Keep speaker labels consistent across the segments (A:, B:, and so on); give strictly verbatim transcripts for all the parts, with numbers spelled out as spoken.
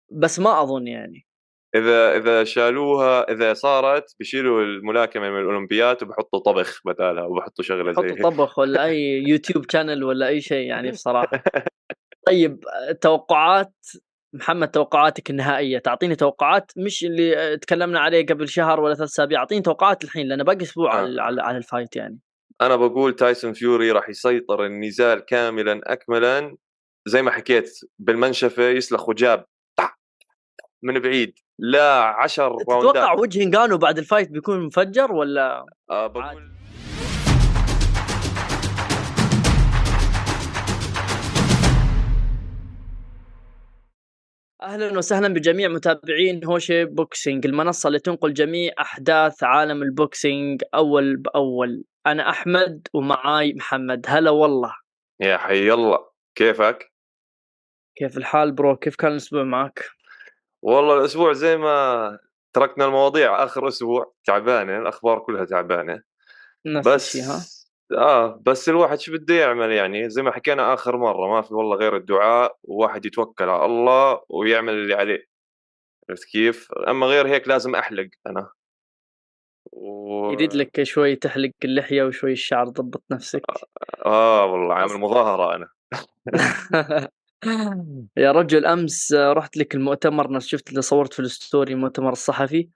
A: بس ما أظن يعني.
B: إذا إذا شالوها، إذا صارت بيشيلوا الملاكمة من الأولمبيات وبحطوا طبخ بدالها وبحطوا شغلة زي
A: يحطوا
B: هيك.
A: طبخ ولا أي يوتيوب channel ولا أي شيء يعني بصراحة. طيب توقعات محمد، توقعاتك النهائية، تعطيني توقعات مش اللي تكلمنا عليه قبل شهر ولا ثلاث أسابيع، أعطيني توقعات الحين لأنه باقي أسبوع
B: آه.
A: على على على الفايت يعني.
B: أنا بقول تايسون فيوري راح يسيطر النزال كاملا أكملا، زي ما حكيت بالمنشفة يسلخ وجاب من بعيد لا عشر
A: تتوقع
B: راوندات.
A: وجه نغانو بعد الفايت بيكون مفجر ولا
B: أه
A: عادي؟
B: بقول.
A: أهلا وسهلا بجميع متابعين هوشي بوكسينج، المنصة اللي تنقل جميع أحداث عالم البوكسينج أول بأول. أنا أحمد ومعاي محمد. هلا والله.
B: يا حي الله، كيفك؟
A: كيف الحال برو؟ كيف كان الأسبوع معك؟
B: والله الأسبوع زي ما تركنا المواضيع آخر أسبوع، تعبانة الأخبار كلها تعبانة.
A: نفس الشيء
B: بس
A: ها؟
B: آه بس الواحد شو بده يعمل يعني، زي ما حكينا آخر مرة، ما في والله غير الدعاء، وواحد يتوكل على الله ويعمل اللي عليه. عرفت كيف؟ أما غير هيك لازم أحلق أنا
A: يريد
B: و...
A: لك شوي تحلق اللحية وشوي الشعر، ضبط نفسك.
B: آه والله عامل
A: أص...
B: مظاهرة أنا.
A: يا رجل أمس رحت لك المؤتمر، نفس شفت اللي صورت في الستوري، المؤتمر الصحفي.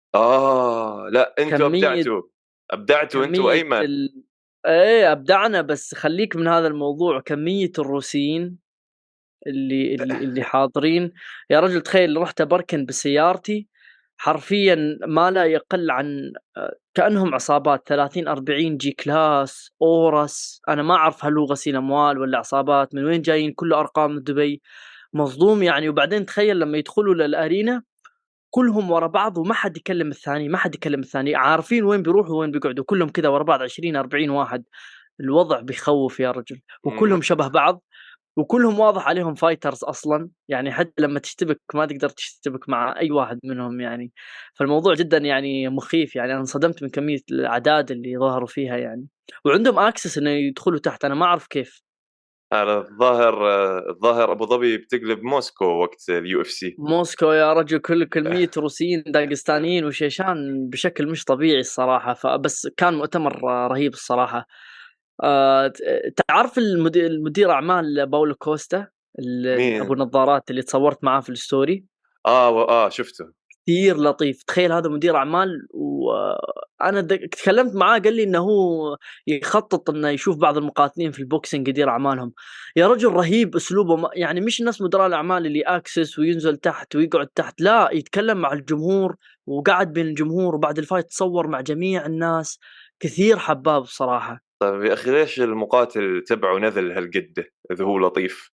B: آه لا أنتوا
A: كمية
B: أبدعتوا، أبدعتوا أنتوا
A: كمية
B: أيمن.
A: ال... ايه ابدعنا، بس خليك من هذا الموضوع. كمية الروسيين اللي اللي اللي حاضرين، يا رجل تخيل رحت بركن بسيارتي، حرفيا ما لا يقل عن آه، كأنهم عصابات ثلاثين أربعين جي كلاس أورس. أنا ما أعرف هل هو غسيل أموال ولا عصابات، من وين جايين، كله أرقام من دبي. مصدوم يعني. وبعدين تخيل لما يدخلوا للأرينا كلهم ورا بعض وما حد يكلم الثاني، ما حد يكلم الثاني، عارفين وين بيروحوا وين بيقعدوا، كلهم كذا ورا بعض عشرين أربعين واحد. الوضع بيخوف يا رجل، وكلهم شبه بعض، وكلهم واضح عليهم فايترز اصلا يعني. حتى لما تشتبك ما تقدر تشتبك مع اي واحد منهم يعني. فالموضوع جدا يعني مخيف يعني. انا انصدمت من كمية الاعداد اللي ظهروا فيها يعني. وعندهم اكسس انه يدخلوا تحت، انا ما اعرف كيف.
B: على الظاهر، الظاهر ابو ظبي بتقلب موسكو وقت اليو اف سي.
A: موسكو يا رجل، كل كمية روسيين داغستانيين وشيشان بشكل مش طبيعي الصراحة. فبس كان مؤتمر رهيب الصراحة. آه، تعرف المدير, المدير أعمال باولو كوستا، ال- أبو
B: مين؟
A: النظارات اللي تصورت معاه في الستوري؟
B: اه و... اه شفته.
A: كثير لطيف. تخيل هذا مدير أعمال، وأنا د- تكلمت معاه قال لي إنه هو يخطط إنه يشوف بعض المقاتلين في البوكسينج يدير أعمالهم. يا رجل رهيب أسلوبه، ما- يعني مش الناس مدراء الأعمال اللي أكسس وينزل تحت ويقعد تحت، لا يتكلم مع الجمهور، وقعد بين الجمهور، وبعد الفايت تصور مع جميع الناس. كثير حباب بصراحة.
B: طيب يا اخي ليش المقاتل تبعه نذل هالقده اذا هو لطيف؟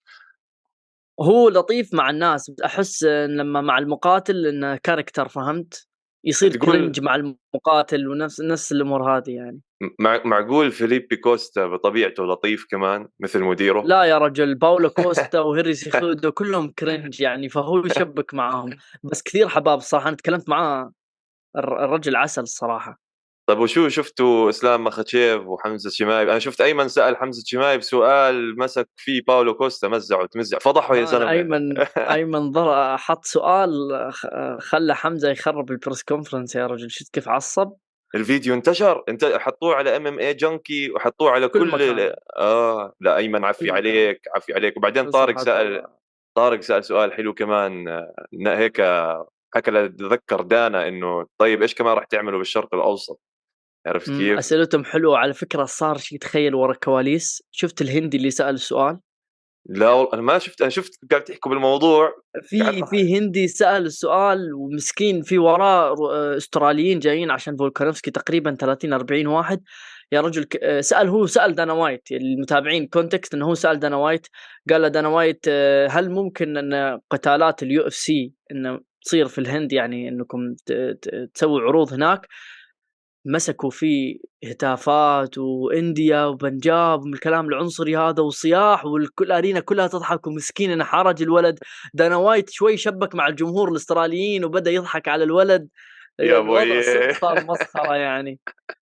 A: هو لطيف مع الناس، أحس إن لما مع المقاتل إنه كاركتر، فهمت؟ يصير
B: تقول
A: كرنج مع المقاتل ونفس نفس الأمور هذه يعني.
B: مع... معقول فيليبي كوستا بطبيعته لطيف كمان مثل مديره؟
A: لا يا رجل، باولو كوستا وهيري سيخودو كلهم كرنج يعني، فهو يشبك معاهم. بس كثير حباب الصراحة، أنا تكلمت معاه، الر- الرجل عسل الصراحة.
B: طيب وشو شفتوا اسلام مخاتشيف وحمزه شمايف؟ انا شفت ايمن سال حمزه شمايف سؤال مسك فيه باولو كوستا مزعه تمزع، فضحه يا
A: ها
B: زلمه.
A: أيمن أيمن ضر حط سؤال، خ- خلى حمزة يخرب البريس كونفرنس. يا رجل شفت كيف عصب.
B: الفيديو انتشر، انت حطوه على ام ام اي جنكي وحطوه على
A: كل
B: كل ال-
A: مكان،
B: اه لا ايمن عفي
A: كل مكان.
B: عليك عفي عليك. وبعدين طارق
A: نصيحة
B: سال،
A: الله.
B: طارق سال سؤال حلو كمان، آه، هيك حكى لتذكر دانا انه طيب ايش كمان راح تعملوا بالشرق الاوسط؟ عرفت
A: أمم،
B: كيف؟
A: أسئلتهم حلوة على فكرة. صار شيء تخيل ورا الكواليس، شفت الهندي اللي سأل السؤال؟
B: لا والله انا ما شفت، انا شفت قاعد تحكوا بالموضوع قاعد
A: في
B: ضحك.
A: في هندي سأل السؤال ومسكين، في وراه رو- آه، استراليين جايين عشان فولكانوفسكي، تقريبا ثلاثين أربعين واحد. يا رجل ك- آه، سأل، هو سأل دانا وايت، المتابعين كونتكست انه هو سأل دانا وايت. قال له دانا وايت آه، هل ممكن ان قتالات اليو اف سي انه تصير في الهند، يعني انكم ت- ت- تسوي عروض هناك؟ مسكوا فيه هتافات وانديا وبنجاب من الكلام العنصري هذا وصياح، والكل ارينا كلها تضحك، ومسكين انا حرج الولد. دانا وايت شوي شبك مع الجمهور الاستراليين وبدا يضحك على الولد.
B: يا
A: الوضع
B: ابوي.
A: صدق صار مسخره يعني.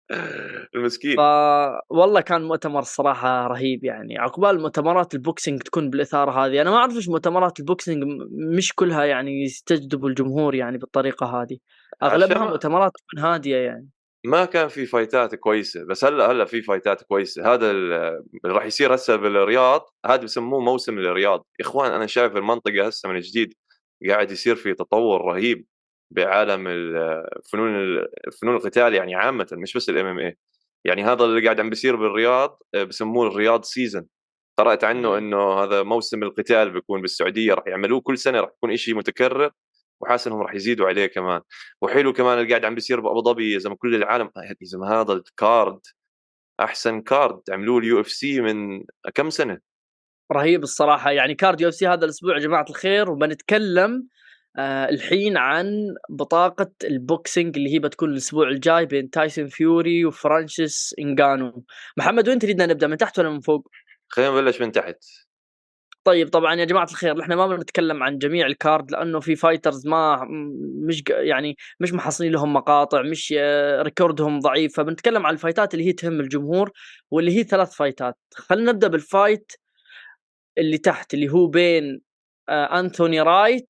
B: المسكين.
A: فوالله كان مؤتمر الصراحة رهيب يعني، عقبال مؤتمرات البوكسينج تكون بالإثارة هذه. أنا ما أعرف ليش مؤتمرات البوكسينج م مش كلها يعني يستجذب الجمهور يعني بالطريقة هذه،
B: عشان
A: أغلبها
B: ما
A: مؤتمرات تكون هادية يعني.
B: ما كان في فايتات كويسة، بس هلأ هلأ في فايتات كويسة. هذا ال اللي راح يصير هسه بالرياض، هذا بسموه موسم الرياض. يا إخوان أنا شايف المنطقة هسه من جديد قاعد يصير في تطور رهيب بعالم ال فنون ال فنون القتال يعني عامةً، مش بس الMMA. يعني هذا اللي قاعد عم بيصير بالرياض آآ بسموه الرياض season. قرأت عنه
A: إمم.
B: إنه هذا موسم القتال بيكون بالسعودية، راح يعملوه كل سنة، راح يكون إشي متكرر، وحاسس إنهم راح يزيدوا عليه كمان. وحلو كمان اللي قاعد عم بيصير بأبو ظبي، يا زلمة كل العالم يا زلمة هذا الكارد أحسن كارد عملوه اليو اف سي من كم سنة.
A: رهيب الصراحة، يعني كارديو إف سي هذا الأسبوع يا جماعة الخير، وبنتكلم آآ الحين عن بطاقة البوكسينج اللي هي بتكون الأسبوع الجاي بين تايسون فيوري وفرانسيس إنغانو. محمد وين تريدنا نبدأ، من تحت والّا من فوق؟
B: خلينا نبلش من تحت.
A: طيب طبعًا يا جماعة الخير، إحنا ما بنتكلم عن جميع الكارد لأنه في فايترز ما م مش ق يعني مش محصلين لهم مقاطع، مش ريكوردهم ضعيف، فبنتكلم عن الفايتات اللي هي تهم الجمهور، واللي هي ثلاث فايتات. خلينا نبدأ بالفايت اللي تحت، اللي هو بين آآ أنثوني رايت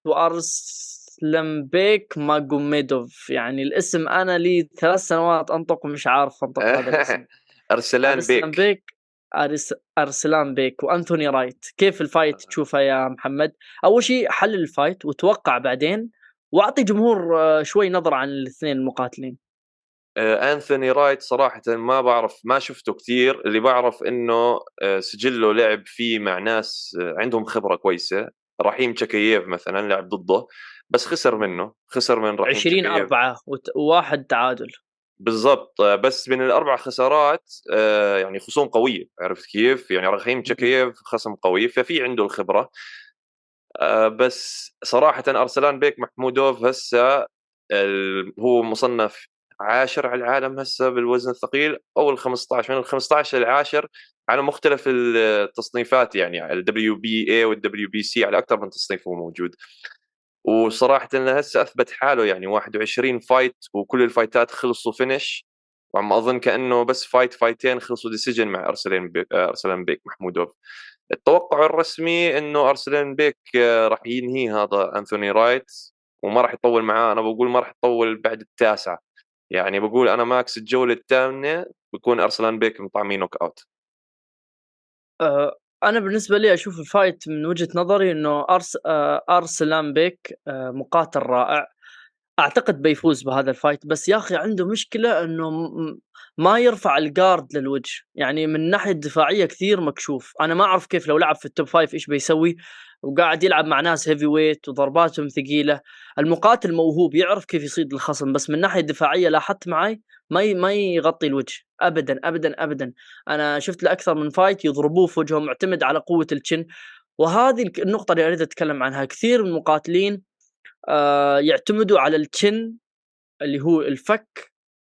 A: وأرسلانبيك ماجوميدوف. يعني الاسم أنا لي ثلاث سنوات أنطق ومش عارف أنطق هذا الاسم.
B: أرسلان بيك.
A: أرسلانبيك أرس أرسلانبيك وأنثوني رايت. كيف الفايت تشوفه يا محمد؟ أول شي حلل الفايت وتوقع بعدين، وأعطي جمهور آه، شوي نظرة عن الاثنين المقاتلين.
B: آآ أنثوني رايت صراحةً ما باعرف، ما شُفته كتير. اللي باعرف إنه آآ سجّله لعب فيه مع ناس آه، عندهم خبرة كويسة. رحيم تشاكييف مثلًا لعب ضده، بس خسر منه، خسر من رحيم
A: عشرين
B: تشاكييف.
A: أربعة وت وواحد تعادل.
B: بالضبط. آه، بس من الأربع خسارات آآ يعني خصوم قوية، عرفت كيف؟ يعني رحيم
A: اهم.
B: تشاكييف خصم قوي، ففي عنده الخبرة. آآ بس صراحةً أرسلان بيك محمودوف هسه ال هو مصنف عاشر على العالم هسه بالوزن الثقيل، أو الخمسة عشر، من الخمسة عشر للعاشر على مختلف ال التصنيفات، يعني الدبليو بي إيه والدبليو بي سي، على أكتر من تصنيف هو موجود. وصراحةً لهسه أثبت حاله، يعني واحد وعشرين فايت وكل الفايتات خلصوا finish. وعم أظن كأنه بس فايت فايتين خلصوا decision مع أرسلان بيك آآ أرسلان بيك محمودوف. التوقع الرسمي إنه أرسلان بيك آه، راح ينهي هذا أنثوني رايت، وما راح يطوّل معاه. أنا باقول ما راح يطوّل بعد التاسعة، يعني باقول أنا ماكس الجولة الثامنة بيكون أرسلان بيك مطعميه نوك أوت.
A: آآ أنا بالنسبة لي أشوف الفايت من وجهة نظري إنه أرس آآ أرسلان بيك آآ مقاتل رائع. أعتقد بيفوز بهذا الفايت، بس يا أخي عنده مشكلة إنه م ما يرفع الguard للوجه، يعني من الناحية الدفاعية كثير مكشوف. أنا ما أعرف كيف لو لعب في الtop خمسة إيش بيسوي، وقاعد يلعب مع ناس heavyweight وضرباتهم ثقيلة. المقاتل موهوب يعرف كيف يصيد الخصم، بس من الناحية الدفاعية لاحظت معي ما ي ما يغطي الوجه أبدًا، أبدًا، أبدًا. أنا شُفت له أكثر من فايت يضربوه في وجهه، معتمد على قوة الchin. وهذه الك النقطة اللي أريد أتكلم عنها. كثير من المقاتلين آآ يعتمدوا على الchin اللي هو الفك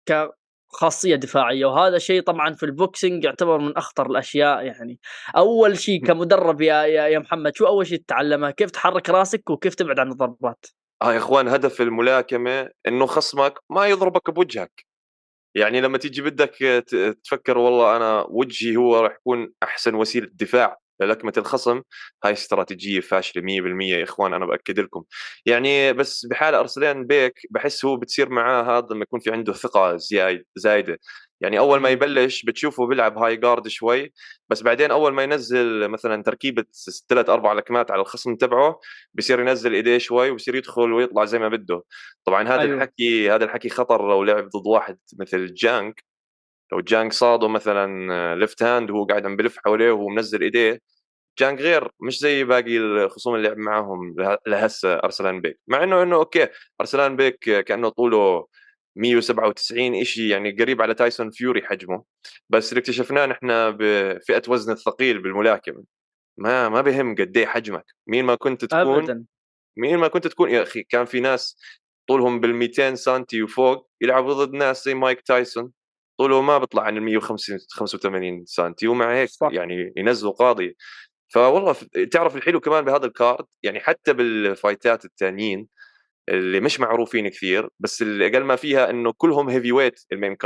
A: كخاصية دفاعية، وهذا شيء طبعًا في البوكسينج يعتبر من أخطر الأشياء يعني. أول شيء كمدرب يا يا يا محمد، شو أول شيء تتعلمه؟ كيف تحرك راسك وكيف تبعد عن الضربات.
B: آه يا إخوان، هدف الملاكمة إنه خصمك ما يضربك بوجهك. يعني لمّا تيجي بدك ت تفكّر والله أنا وجهي هو راح يكون أحسن وسيلة دفاع للكمة الخصم، هاي استراتيجية فاشلة مية بالمية يا إخوان، أنا بأكد لكم. يعني بس بحال أرسلان بيك باحس هو بتصير معاه هذا لمّا يكون في عنده ثقة زيايد زايدة. يعني أول ما
A: إمم.
B: يبلش بتشوفه بيلعب high guard شوي، بس بعدين أول ما ينزّل مثلًا تركيبة س ثلاث أربع لكمات على الخصم تبعه، بصير ينزّل إيديه شوي وبصير يدخل ويطلع زي ما بده. طبعًا هذا
A: أيوه.
B: الحكي هذا الحكي خطر لو لعب ضد واحد مثل جانك. لو جانج صاده مثلًا left hand وهو قاعد عم بيلف حواليه وهو منزّل إيديه، جانج غير مش زي باقي الخصوم اللي لعب معاهم له لهسه أرسلان بيك. مع إنه إنه أوكي، أرسلان بيك كأنه طوله مية وسبعة وتسعين إشي، يعني قريب على تايسون فيوري حجمه. بس اللي اكتشفناه نحن بفئة وزن الثقيل بالملاكمة، ما ما بيهم قد إيه حجمك، مين ما كنت تكون.
A: أبدًا.
B: مين ما كنت تكون يا أخي، كان في ناس طولهم بال200 سنتي وفوق يلعبوا ضد ناس زي مايك تايسون طوله ما بيطلع عن ال150 خمسة وثمانين سنتي، ومع هيك
A: صح.
B: يعني ينزلوا قاضي. فوالله ف تعرف الحلو كمان بهذا الكارد، يعني حتى بالفايتات التانيين اللي مش معروفين كثير، بس اللي أقل ما فيها إنه كلهم heavyweight الmain card.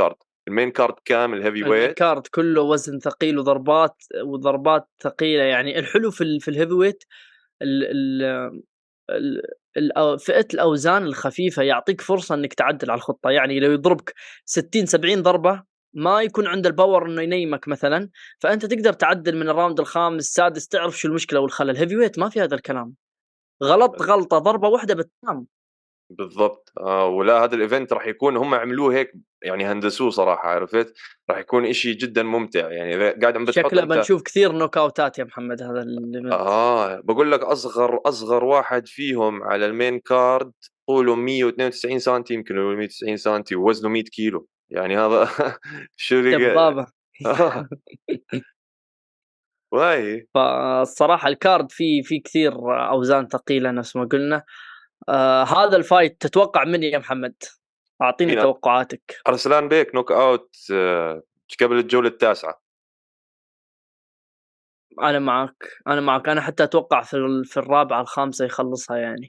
B: المين كارد كامل هيفي
A: المين
B: ويت.
A: كارد كله وزن ثقيل وضربات وضربات ثقيله. يعني الحلو في ال- في الهيفي ويت ال ال ال ال فئه الاوزان الخفيفه يعطيك فرصه انك تعدل على الخطه. يعني لو يضربك ستين سبعين ضربه ما يكون عنده الباور انه ينيمك مثلا، فانت تقدر تعدل من الراوند الخامس السادس، تعرف شو المشكله والخلل. هيفي ويت ما في هذا الكلام، غلط غلطه ضربه واحده بتنام.
B: بالضبط. آه ولا هذا الايفنت راح يكون هم عملوه هيك يعني هندسوه صراحه، عرفت؟ راح يكون إشي جدا ممتع يعني إذا قاعد عم بتحط
A: شكله
B: انت.
A: بنشوف كثير نوك اوتات يا محمد هذا الايفنت.
B: اه بقول لك اصغر اصغر واحد فيهم على المين كارد طوله مية واثنين وتسعين سنتي يمكن ولا مية وتسعين سنتي ووزنه مية كيلو، يعني هذا شو لقى.
A: دبابه.
B: آه واي.
A: فالصراحه الكارد فيه فيه كثير اوزان ثقيله نفس ما قلنا. آه هذا الفايت تتوقع مني يا محمد؟ اعطيني
B: مين؟
A: توقعاتك.
B: ارسلان بيك نوك اوت آه قبل الجوله التاسعه.
A: انا معك، انا معك، انا حتى اتوقع في ال- في الرابعه الخامسه يخلصها يعني.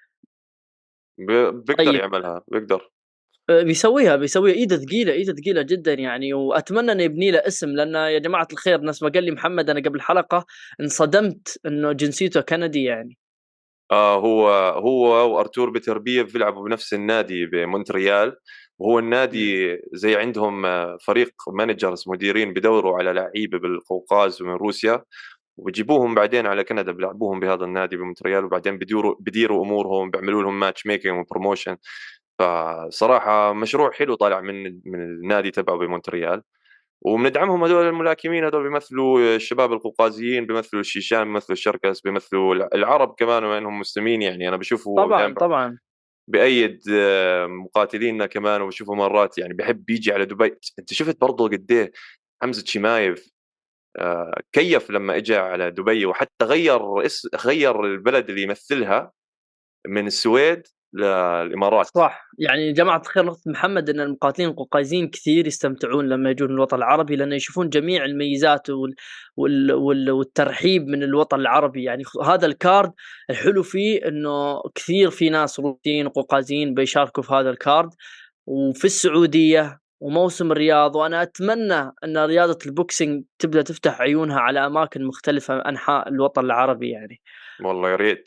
B: بي- بيقدر
A: طيب.
B: يعملها بيقدر.
A: آه، بيسويها بيسويها ايده ثقيله، ايده ثقيله جدا يعني. واتمنى انه يبني له اسم، لان يا جماعه الخير نفس ما قال لي محمد انا قبل الحلقه انصدمت انه جنسيته كندي يعني.
B: آه هو هو وارتور بيتربيف بيلعبوا بنفس النادي بمونتريال، وهو
A: مم.
B: النادي زي عندهم آه، فريق مانجرز مديرين بدوروا على لعيبه بالقوقاز ومن روسيا، وبيجيبوهم بعدين على كندا بيلعبوهم بهذا النادي بمونتريال، وبعدين بديروا بديروا امورهم بيعملوا لهم ماتش ميكينج وبروموشن. فصراحه مشروع حلو طالع من من النادي تبعه بمونتريال، وبندعمهم. هذول الملاكمين هذول بيمثلوا الشباب القوقازيين، بيمثلوا الشيشان، بيمثلوا الشركس، بيمثلوا الع- العرب كمان وما انهم مسلمين. يعني انا بشوفه
A: طبعا
B: دائما
A: طبعا.
B: بأيد آه، مقاتليننا كمان، وبشوفه مرات يعني بحب يجي على دبي. انت شفت برضه قد ايه حمزة شمايف آه، كيف لما اجى على دبي، وحتى غير اس غير البلد اللي يمثلها من السويد للامارات.
A: صح، يعني جماعة الخير نقطة محمد أن المقاتلين القوقازيين كثير يستمتعون لما يجون الوطن العربي، لأنه يشوفون جميع الميزات وال... وال... وال... والترحيب من الوطن العربي. يعني خ- هذا الكارد الحلو فيه أنه كثير في ناس روسيين وقوقازيين بيشاركوا في هذا الكارد، وفي السعودية وموسم الرياض. وأنا أتمنى أن رياضة البوكسينج تبدأ تفتح عيونها على أماكن مختلفة أنحاء الوطن العربي يعني.
B: والله يا ريت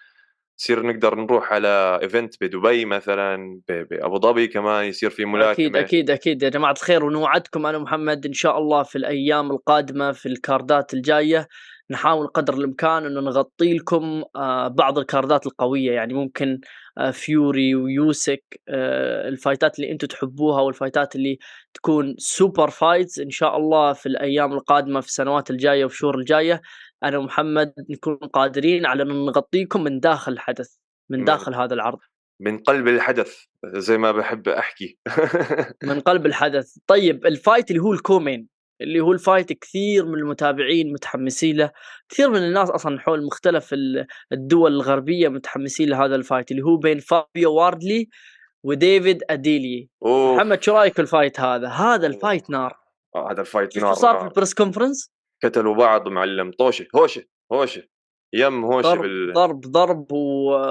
B: يصير نقدر نروح على ايفنت بدبي مثلا، ب- بابو ظبي كمان يصير في
A: أكيد
B: ملاكمه.
A: أكيد أكيد يا جماعة الخير، ونوعدكم أنا ومحمد إن شاء الله في الأيام القادمة في الكاردات الجاية نحاول قدر الإمكان إنه نغطي لكم آه، بعض الكاردات القوية. يعني ممكن آه، فيوري ويوسك، آه، الفايتات اللي أنتم تحبوها والفايتات اللي تكون سوبر فايتس إن شاء الله في الأيام القادمة في السنوات الجاية وفي الشهور الجاية. أنا ومحمد نكون قادرين على أن نغطيكم من داخل الحدث، من
B: من
A: داخل هذا العرض،
B: من قلب الحدث زي ما بحب احكي.
A: من قلب الحدث. طيب الفايت اللي هو الكومين، اللي هو الفايت كثير من المتابعين متحمسين له، كثير من الناس اصلا حول مختلف ال- الدول الغربيه متحمسين لهذا الفايت اللي هو بين فابيو واردلي وديفيد اديلي.
B: اوف.
A: محمد شو رايك في الفايت هذا؟ هذا
B: والله
A: الفايت نار.
B: آه، هذا الفايت
A: شفت شو
B: نار
A: صار في
B: نار.
A: البريس كونفرنس؟
B: قتلوا بعض معلم، طوشه هوشه هوشه، يم هوشه
A: ضرب
B: بال.
A: ضرب ضرب و...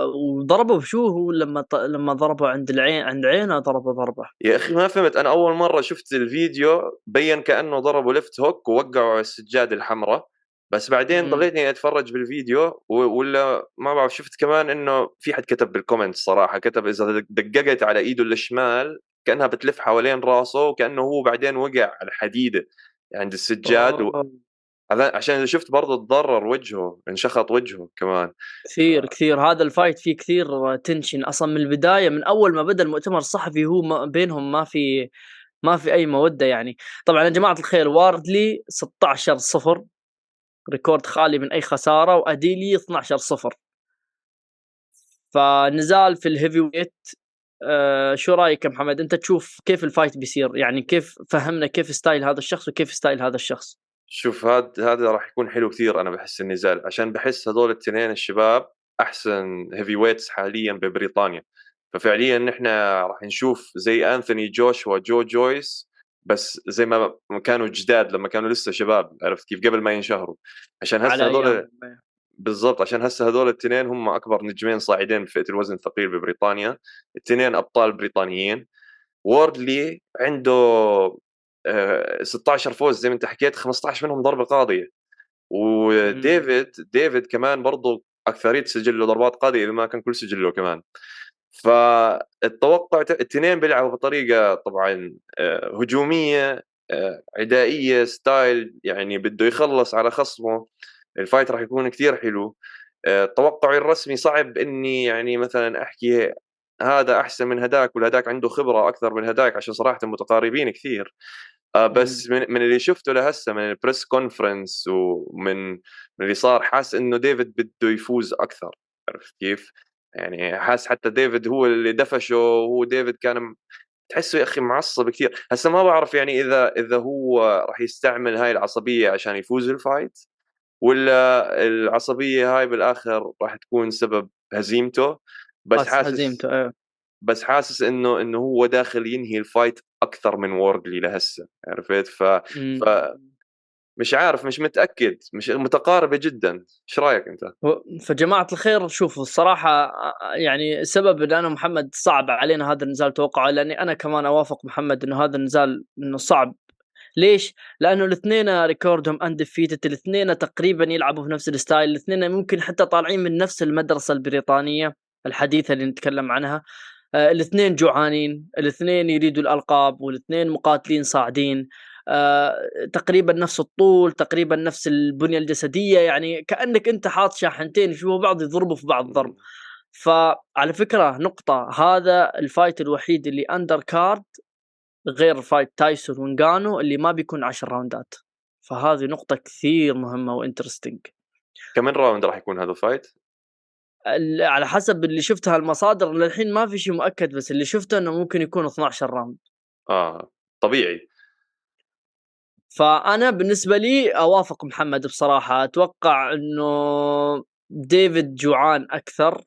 A: وضربه بشو هو لما ط... لما ضربه عند العين، عند عينه ضربه ضربه.
B: يا اخي ما فهمت، انا اول مره شفت الفيديو بين كانه ضربوا ليفت هوك ووقعوا على السجاده الحمراء، بس بعدين
A: امم
B: ضليتني اتفرج بالفيديو و- ولا ما بعرف. شفت كمان انه في حد كتب بالكومنت صراحه، كتب اذا دققت على ايده الشمال كانها بتلف حوالين راسه، وكانه هو بعدين وقع على الحديده عند السجاد و...
A: أوه.
B: هذا عشان شفت برضه تضرر وجهه، انشخط وجهه كمان. ف...
A: كثير كثير هذا الفايت فيه كثير تنشن اصلا من البدايه، من اول ما بدا المؤتمر الصحفي هو ما بينهم ما في ما في اي موده يعني. طبعا يا جماعه الخير واردلي ستة عشر صفر، ريكورد خالي من اي خساره، واديلي اثنا عشر صفر. فنزال في الهيفي ويت. آه شو رايك يا محمد؟ انت تشوف كيف الفايت بيصير؟ يعني كيف فهمنا كيف ستايل هذا الشخص وكيف ستايل هذا الشخص.
B: شوف هذا هذا راح يكون حلو كثير. انا بحس النزال عشان بحس هذول الاثنين الشباب احسن هيفي ويتس حاليا ببريطانيا، ففعليا نحن راح نشوف زي انثوني جوشوا جو جويس، بس زي ما كانوا جداد لما كانوا لسه شباب، عرفت كيف؟ قبل ما ينشهروا. عشان
A: على
B: هسه هذول
A: ايام.
B: بالضبط، عشان هسه هذول الاثنين هم اكبر نجمين صاعدين بفئة الوزن الثقيل ببريطانيا، الاثنين ابطال بريطانيين. ووردلي عنده آه، ستة عشر فوز زي ما انت حكيت، خمسة عشر منهم ضربه قاضيه. وديفيد ديفيد كمان برضه اكثريه سجله ضربات قاضيه اذا ما كان كل سجله كمان. فالتوقع الاثنين بيلعبوا بطريقه طبعا آه، هجوميه آه، عدائيه ستايل، يعني بده يخلص على خصمه. الفايت راح يكون كثير حلو. آه، توقعي الرسمي صعب اني يعني مثلا احكي هذا احسن من هداك ولا هداك عنده خبره اكثر من هداك، عشان صراحه متقاربين كثير. آه، بس من, من اللي شفته لهسه من البريس كونفرنس ومن من اللي صار، حاس انه ديفيد بده يفوز اكثر. عرفت كيف؟ يعني حاس حتى ديفيد هو اللي دفشه، وهو ديفيد كان تحسه يا اخي معصب كثير. هسه ما بعرف يعني اذا اذا هو راح يستعمل هاي العصبيه عشان يفوز الفايت، ولا العصبيه هاي بالاخر راح تكون سبب هزيمته. بس
A: بس
B: حاسس
A: هزيمته ايه.
B: بس حاسس انه انه هو داخل ينهي الفايت اكثر من ووردلي لهسه. عرفت؟ ف ف مش عارف، مش متاكد، مش متقاربه جدا. ايش رايك انت؟
A: فجماعة الخير شوفوا الصراحة، يعني السبب ان انا محمد صعب علينا هذا النزال توقعه، لاني انا كمان اوافق محمد انه هذا النزال انه صعب. ليش؟ لانه الاثنين ريكوردهم اندفيتد، الاثنين تقريبا يلعبوا في نفس الستايل، الاثنين ممكن حتى طالعين من نفس المدرسة البريطانية الحديثة اللي نتكلم عنها. آه الاثنين جوعانين، الاثنين يريدوا الالقاب، والاثنين مقاتلين صاعدين. آه تقريبا نفس الطول، تقريبا نفس البنية الجسدية، يعني كأنك انت حاط شاحنتين يشوفوا بعض يضربوا في بعض ضرب. فعلى فكرة نقطة، هذا الفايت الوحيد اللي اندر كارد غير فايت تايسون وانغانو اللي ما بيكون عشر راوندات. فهذه نقطة كثير مهمة وانترستنج.
B: كم راوند راح يكون هذا الفايت؟
A: على حسب اللي شفتها المصادر للحين ما في شيء مؤكد، بس اللي شفته انه ممكن يكون اثنا عشر راوند.
B: اه طبيعي.
A: فانا بالنسبة لي اوافق محمد بصراحة، اتوقع انه ديفيد جوعان اكثر،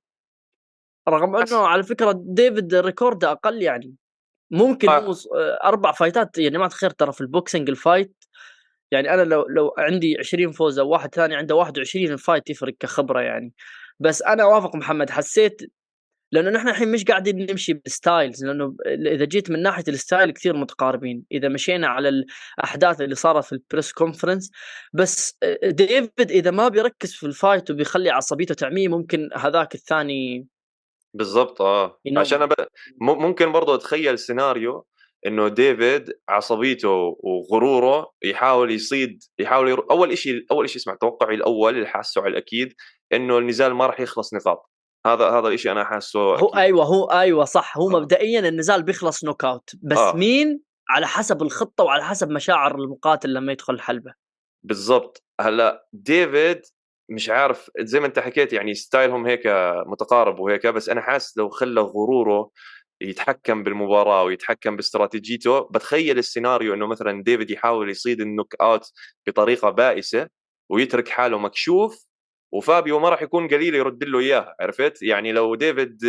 A: رغم انه
B: بس
A: على فكرة ديفيد ريكورد اقل يعني. ممكن هو
B: آه.
A: ص- اربع فايتات يا جماعة الخير، ترى في البوكسنج الفايت يعني انا لو لو عندي عشرين فوز او واحد ثاني عنده واحد وعشرين، الفايت يفرق كخبره يعني. بس انا اوافق محمد، حسيت لانه نحن الحين مش قاعدين نمشي بالستايلز، لانه اذا جيت من ناحيه الستايل كثير متقاربين اذا مشينا على الاحداث اللي صارت في البريس كونفرنس. بس ديفيد اذا ما بيركز في الفايت وبيخلي عصبيته تعميه، ممكن هذاك الثاني
B: بالضبط اه، عشان
A: ينوم.
B: أنا ب... م- ممكن برضه اتخيل سيناريو انه ديفيد عصبيته وغروره يحاول يصيد، يحاول ير... اول شيء اول شيء اسمع، توقعي الاول اللي حاسه على الاكيد انه النزال ما راح يخلص نقاط. هذا هذا الشيء انا حاسه
A: هو
B: اكيد.
A: ايوه هو ايوه صح، هو
B: اه
A: مبدئيا النزال بيخلص نوك اوت، بس
B: اه
A: مين؟ على حسب الخطه وعلى حسب مشاعر المقاتل لما يدخل الحلبه.
B: بالضبط. هلا ديفيد مش عارف زي ما انت حكيت، يعني ستايلهم هيك متقارب وهيك، بس انا حاسس لو خلى غروره يتحكم بالمباراه ويتحكم باستراتيجيته، بتخيل السيناريو انه مثلا ديفيد يحاول يصيد النوك اوت بطريقه بائسه ويترك حاله مكشوف، وفابيو ما راح يكون قليل يرد له اياه. عرفت يعني؟ لو ديفيد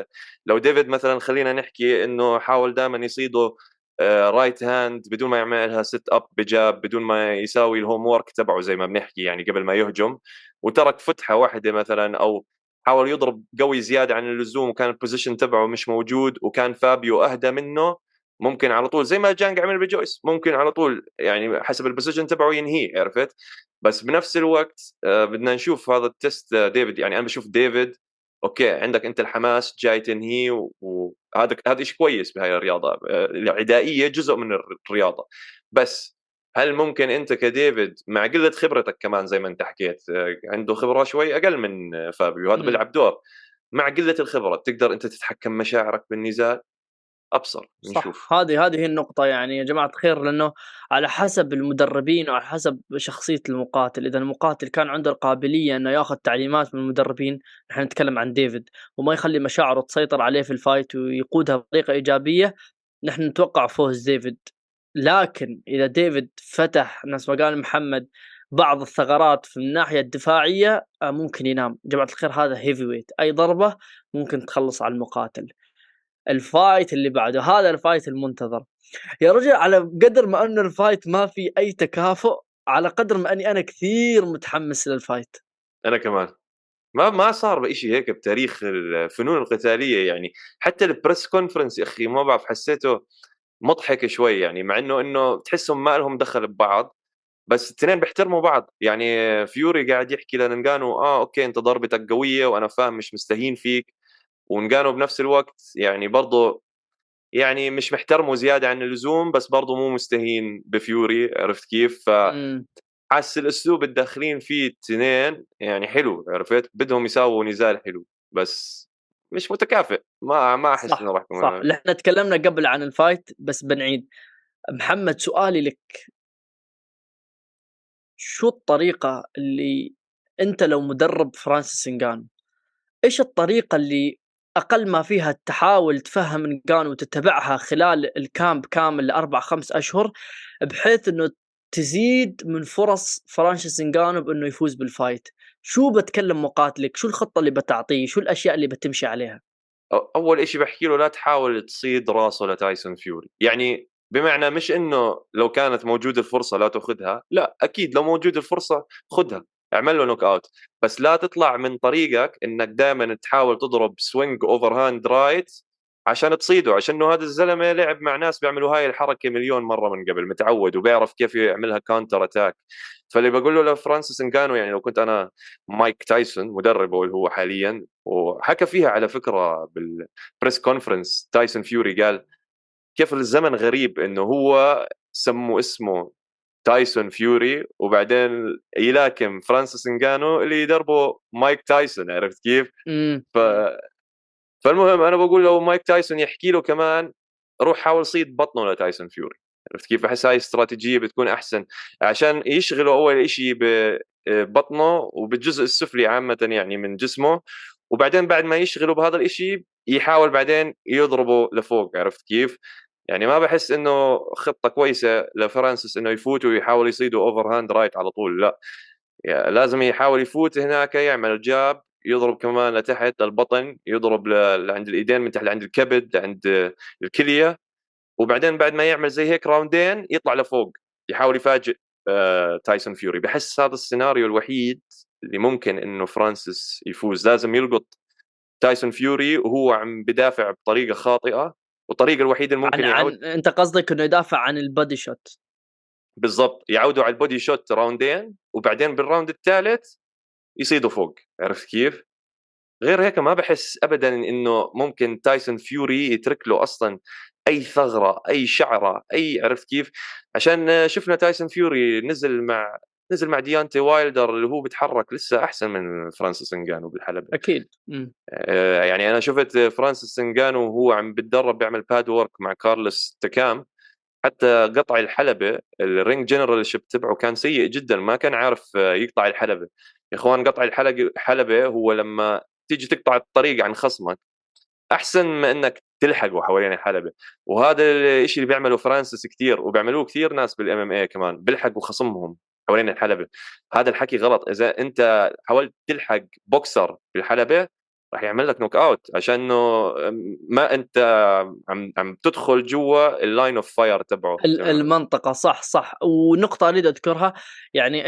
B: لو ديفيد مثلا خلينا نحكي انه حاول دائما يصيده رايت هاند بدون ما يعملها ست اب بجاب، بدون ما يساوي الهوم وورك تبعه زي ما بنحكي يعني قبل ما يهجم، وترك فتحه واحده مثلا، او حاول يضرب قوي زياده عن اللزوم وكان البوزيشن تبعه مش موجود وكان فابيو اهدى منه، ممكن على طول زي ما جانج عمل بجويس، ممكن على طول يعني حسب البوزيشن تبعه ينهيه. عرفت؟ بس بنفس الوقت آه بدنا نشوف هذا التست. آه ديفيد يعني انا بشوف ديفيد اوكي، عندك انت الحماس جاي تنهيه، وهذا هذا شيء كويس بهاي الرياضه. العدائيه جزء من الرياضه، بس هل ممكن انت كديفيد مع قله خبرتك كمان زي ما انت حكيت، عنده خبره شوي اقل من فابيو، هذا بيلعب دور، مع قله الخبره تقدر انت تتحكم مشاعرك بالنزال؟ ابصر
A: صح،
B: نشوف.
A: هذه هذه هي النقطة يعني يا جماعة الخير، لأنه على حسب المدربين وعلى حسب شخصية المقاتل. إذا المقاتل كان عنده القابلية إنه ياخذ تعليمات من المدربين، نحن نتكلم عن ديفيد، وما يخلي مشاعره تسيطر عليه في الفايت ويقودها بطريقة إيجابية، نحن نتوقع فوز ديفيد. لكن إذا ديفيد فتح نفس ما قال محمد بعض الثغرات في الناحية الدفاعية، ممكن ينام. جماعة الخير هذا هيفي ويت، أي ضربة ممكن تخلص على المقاتل. الفايت اللي بعده هذا الفايت المنتظر يا رجل، على قدر ما أن الفايت ما في أي تكافؤ، على قدر ما أني أنا كثير متحمس للفايت.
B: انا كمان ما ما صار بشيء هيك بتاريخ الفنون القتاليه يعني. حتى البريس كونفرنس يا اخي ما بعرف، حسيته مضحك شوي يعني، مع انه انه تحسهم ما لهم دخل ببعض، بس الاثنين بيحترموا بعض. يعني فيوري قاعد يحكي لننغانو اه اوكي انت ضربتك قويه وانا فاهم مش مستهين فيك، ونغانو بنفس الوقت يعني برضه يعني مش محترمه زياده عن اللزوم، بس برضه مو مستهين بفيوري، عرفت كيف؟
A: امم
B: فحس الاسلوب الداخلين فيه الاثنين يعني حلو، عرفت؟ بدهم يساووا نزال حلو، بس مش متكافئ. ما ما احس انه
A: صح
B: راح
A: صح،
B: يكون.
A: اللي احنا تكلمنا قبل عن الفايت بس بنعيد. محمد سؤالي لك، شو الطريقة اللي انت لو مدرب فرانسيس نغانو، ايش الطريقة اللي اقل ما فيها تحاول تفهم نغانو وتتبعها خلال الكامب كامل لاربع خمس اشهر، بحيث انه تزيد من فرص فرانسيس نغانو بانه يفوز بالفايت؟ شو بتكلم مقاتلك؟ شو الخطة اللي بتعطيه؟ شو الاشياء اللي بتمشي عليها؟
B: أ- اول إشي بحكي له لا تحاول تصيد راسه لتايسون فيوري، يعني بمعنى مش انه لو كانت موجوده الفرصه لا تاخذها، لا اكيد لو موجوده الفرصه خذها، اعمل له نوك اوت، بس لا تطلع من طريقك انك دائما تحاول تضرب سوينج اوفر هاند رايت عشان تصيده، عشان انه هذا الزلمه لعب مع ناس بيعملوا هاي الحركه مليون مره من قبل، متعود وبيعرف كيف يعملها كاونتر اتاك. فاللي بقول له لفرانسيس انغانو، يعني لو كنت انا مايك تايسون مدربه اللي هو حاليا، وحكى فيها على فكره بالبريس كونفرنس تايسون فيوري، قال كيف الزمن غريب انه هو سموا اسمه تايسون فيوري وبعدين يلاكم فرانسيس انغانو اللي يدربه مايك تايسون، عرفت كيف؟
A: امم
B: ف... فالمهم انا بقول لو مايك تايسون يحكي له كمان روح حاول صيد بطنه لتايسون فيوري، عرفت كيف؟ بحس هاي استراتيجيه بتكون احسن عشان يشغلوا اول شيء ببطنه وبالجزء السفلي عامه يعني من جسمه، وبعدين بعد ما يشغلوا بهذا الشيء يحاول بعدين يضربه لفوق، عرفت كيف؟ يعني ما بحس انه خطه كويسه لفرانسيس انه يفوت ويحاول يصيدوا اوفر هاند رايت على طول، لا يعني لازم يحاول يفوت هناك يعمل جاب، يضرب كمان لتحت للبطن، يضرب ل- لعند الايدين من تحت لعند الكبد عند الكليه، وبعدين بعد ما يعمل زي هيك راوندين يطلع لفوق يحاول يفاجئ آه تايسون فيوري. بحس هذا السيناريو الوحيد اللي ممكن انه فرانسيس يفوز، لازم يلقط تايسون فيوري وهو عم بدافع بطريقه خاطئه، والطريقه الوحيده اللي
A: عن
B: ممكن يعود
A: عن انت قصدك انه يدافع عن البادي شوت؟
B: بالضبط يعودوا على البودي شوت راوندين، وبعدين بالراوند الثالث يصيدوا فوق، عرفت كيف؟ غير هيك ما بحس ابدا انه ممكن تايسون فيوري يترك له اصلا اي ثغره اي شعره اي، عرفت كيف؟ عشان شفنا تايسون فيوري نزل مع نزل مع ديانتي وايلدر اللي هو بيتحرك لسه احسن من فرانسيس انغانو بالحلبة.
A: اكيد. امم
B: آه، يعني انا شفت فرانسيس انغانو وهو عم بتدرب بيعمل باد وورك مع كارلوس تكام، حتى قطع الحلبة الرينج جنرال شيب تبعه كان سيء جدا، ما كان عارف آه، يقطع الحلبة. يا اخوان قطع الحلقة الحلبة هو لما تيجي تقطع الطريق عن خصمك احسن ما انك تلحقه حوالين الحلبة، وهذا الشيء اللي بيعمله فرانسيس كثير وبيعملوه كثير ناس بالام ام اي كمان، بيلحقوا خصمهم حوالين الحلبة. هذا الحكي غلط، اذا انت حاولت تلحق بوكسر في الحلبة راح يعمل لك نوك اوت، عشان انه ما انت عم عم تدخل جوا اللاين اوف فاير تبعه
A: ال-
B: زي ما بنقول.
A: المنطقة، صح صح. ونقطة اريد اذكرها، يعني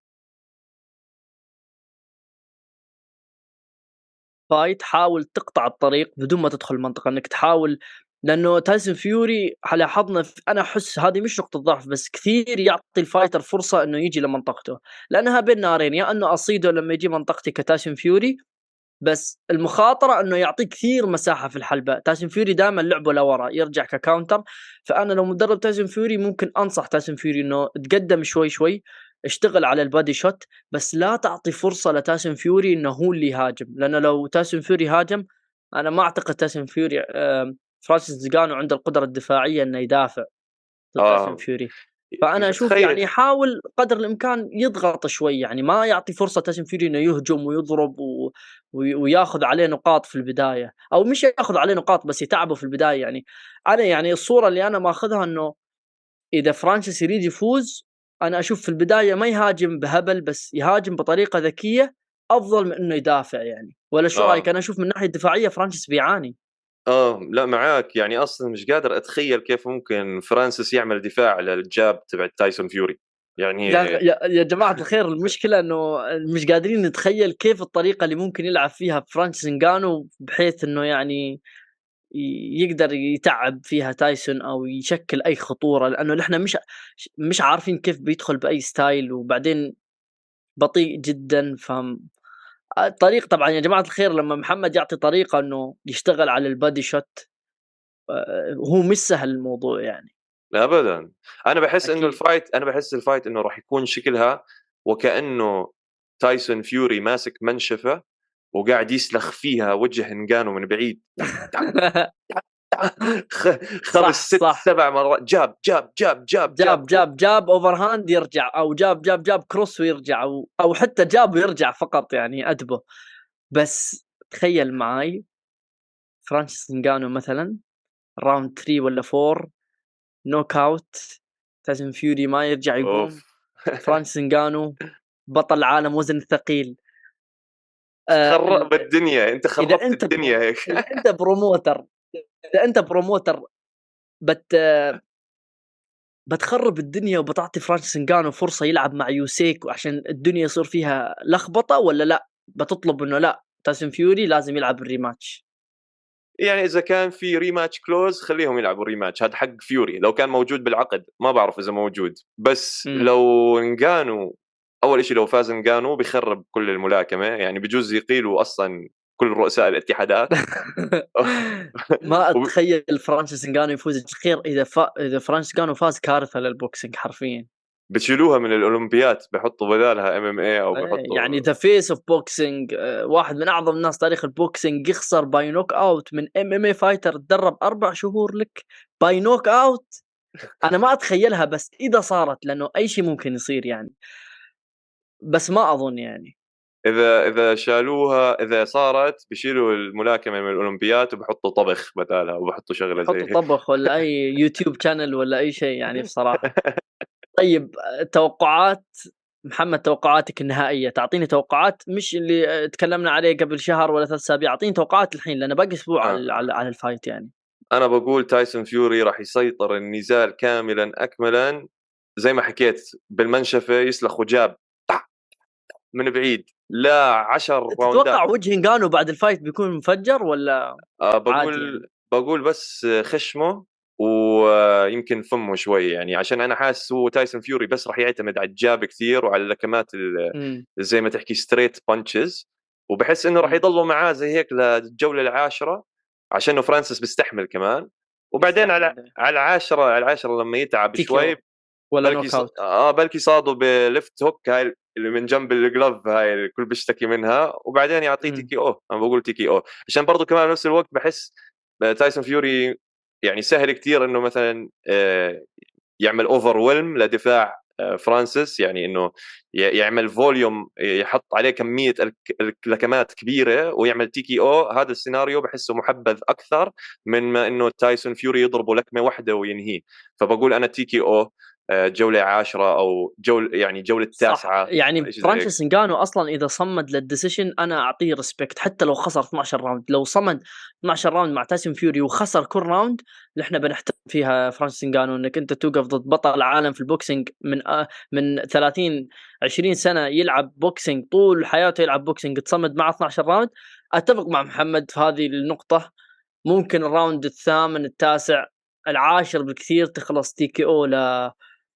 A: الفايت حاول تقطع الطريق بدون ما تدخل المنطقة، انك تحاول، لانه تايسون فيوري لاحظنا في- انا احس هذه مش نقطة ضعف، بس كثير يعطي الفايتر فرصة انه يجي لمنطقته، لانها بين نارين، يا انه اصيده لما يجي منطقتي كتايسون فيوري، بس المخاطرة انه يعطيه كثير مساحة في الحلبة. تايسون فيوري دائما لعبه لورا يرجع ككاونتر، فانا لو مدرب تايسون فيوري ممكن انصح تايسون فيوري انه تقدم شوي شوي، اشتغل على البادي شوت، بس لا تعطي فرصة لتايسون فيوري انه هو اللي يهاجم، لانه لو تايسون فيوري هاجم انا ما اعتقد تايسون فيوري آم، فرانسيس زيغانو عنده القدرة الدفاعية انه يدافع ضد تايسون
B: اه
A: فيوري. فانا اشوف
B: تخيل.
A: يعني يحاول قدر الامكان يضغط شوي، يعني ما يعطي فرصه تايسون فيوري انه يهجم ويضرب و... وي- وياخذ عليه نقاط في البدايه، او مش ياخذ عليه نقاط بس يتعبه في البدايه. يعني انا يعني الصوره اللي انا ماخذها انه اذا فرانسيس يريد يفوز، انا اشوف في البدايه ما يهاجم بهبل، بس يهاجم بطريقه ذكيه افضل من انه يدافع يعني. ولا شو رايك؟
B: اه
A: انا اشوف من الناحيه الدفاعيه فرانسيس بيعاني.
B: اه لا معاك، يعني اصلا مش قادر اتخيل كيف ممكن فرانسيس يعمل دفاع للجاب تبع تايسون فيوري يعني.
A: يا يا يا جماعة الخير، المشكلة انه مش قادرين نتخيل كيف الطريقة اللي ممكن يلعب فيها فرانسيس نغانو، بحيث انه يعني يقدر يتعب فيها تايسون أو يشكل أي خطورة، لأنه نحن مش مش عارفين كيف بيدخل بأي ستايل، وبعدين بطيء جدا. فهم الطريق طبعا يا جماعة الخير، لما محمد يعطي طريقة إنه يشتغل على البادي شوت، هو مش سهل الموضوع يعني.
B: ابدا. انا بحس انه
A: أكيد.
B: الفايت انا بحس الفايت انه راح يكون شكلها وكانه تايسون فيوري ماسك منشفه وقاعد يسلخ فيها وجه انجانو من بعيد. خ- خمس
A: صح
B: ست
A: صح.
B: سبع مرات جاب جاب جاب جاب
A: جاب
B: جاب
A: جاب جاب اوفر هاند يرجع، او جاب جاب جاب كروس ويرجع، او او حتى جاب ويرجع فقط يعني ادبه. بس تخيل معاي فرانسيس نغانو مثلا راوند ثلاثة ولا أربعة نوك اوت، تايسون فيوري ما يرجع يقوم.
B: اوف.
A: فرانسيس نغانو بطل العالم وزن الثقيل. آه
B: خرب الدنيا، انت
A: اذا
B: خربت
A: انت
B: الدنيا هيك.
A: اذا انت بروموتر اذا انت بروموتر بت بتخرب الدنيا وبتعطي فرانسيس نغانو فرصة يلعب مع يوسيك وعشان الدنيا يصير فيها لخبطة، ولا لا بتطلب انه لا تايسون فيوري لازم يلعب الريماتش؟
B: يعني اذا كان في ريماتش كلوز خليهم يلعبوا ريماتش، هذا حق فيوري لو كان موجود بالعقد، ما بعرف اذا موجود. بس
A: مم.
B: لو نغانو اول شيء، لو فاز نغانو بيخرب كل الملاكمه، يعني بجوز يقيلوا اصلا كل رؤساء الاتحادات.
A: ما
B: وب-
A: اتخيل فرانسيس نغانو يفوز. الخير اذا فا... اذا فرانسيس نغانو فاز كارثة للبوكسينج حرفيا.
B: بتشيلوها من الاولمبيات، بحطوا بدالها ام ام اي او
A: يعني
B: بحطوا.
A: ذا فيس اوف بوكسينج، واحد من اعظم الناس تاريخ البوكسينج يخسر باي نوك اوت من ام ام اي فايتر تدرب اربع شهور لك باي نوك اوت. انا ما اتخيلها، بس اذا صارت لانه اي شيء ممكن يصير يعني، بس ما اظن يعني.
B: اذا اذا شالوها، اذا صارت بيشيلوا الملاكمه من الاولمبيات وبحطوا طبخ بدالها وبحطوا شغله زي
A: يحطوا
B: هيك.
A: طبخ ولا اي يوتيوب شانل ولا اي شيء يعني بصراحة. طيب توقعات محمد، توقعاتك النهائية. تعطيني توقعات مش اللي تكلمنا عليه قبل شهر ولا ثلاث اسابيع، اعطيني توقعات الحين لأنه باقي اسبوع
B: آه.
A: على على, على الفايت يعني.
B: انا بقول تايسون فيوري راح يسيطر النزال كاملا اكملا، زي ما حكيت بالمنشفه يسلخ وجاب من بعيد لا عشر
A: تتوقع
B: راوندات.
A: وجه نغانو بعد الفايت بيكون مفجر ولا
B: آه
A: عادي
B: بقول
A: يعني؟
B: بقول بس خشمه ويمكن فمه شوي، يعني عشان انا حاسس هو تايسون فيوري بس راح يعتمد على الجاب كثير وعلى اللكمات ال-
A: امم
B: زي ما تحكي ستريت بانشز، وبحس انه راح
A: امم
B: يضلوا معاه زي هيك للجوله العاشره، عشانه فرانسيس بيستحمل كمان. وبعدين على
A: يستحمل
B: على العاشره على العاشره لما يتعب
A: تي كي
B: شوي،
A: او ولا
B: بلكي
A: نوك
B: ص...
A: اوت.
B: اه بلكي صاده بليفت هوك، هاي اللي من جنب الجلوف، هاي الكل بيشتكي منها، وبعدين يعطيه تي
A: امم
B: كي او. انا بقول تي كي او عشان برضه كمان بنفس الوقت بحس تايسون فيوري يعني سهل كتير انه مثلا آه، يعمل اوفر ويلم لدفاع آه، فرانسيس، يعني انه ي- يعمل فوليوم، يحط عليه كميه الك- الكلكمات كبيره ويعمل تي كي او. هذا السيناريو بحسه محبذ اكثر من ما انه تايسون فيوري يضربه لكمه واحده وينهيه. فبقول انا تي كي او آه، جوله عاشرة او جول يعني جوله
A: صح.
B: تاسعة،
A: يعني
B: شيء زي هيك.
A: فرانسيس نغانو اصلا اذا صمد للديسيشن انا اعطيه ريسبكت، حتى لو خسر اثنا عشر راوند. لو صمد اثنا عشر راوند مع تايسون فيوري وخسر كل راوند، نحن بنحترم فيها فرانسيس نغانو، انك انت توقف ضد بطل العالم في البوكسينج من آه من ثلاثين عشرين سنه يلعب بوكسينج طول حياته، يلعب بوكسينج، تصمد مع اثنا عشر راوند. اتفق مع محمد في هذه النقطه. ممكن الراوند الثامن التاسع العاشر بالكثير تخلص تي كي او ل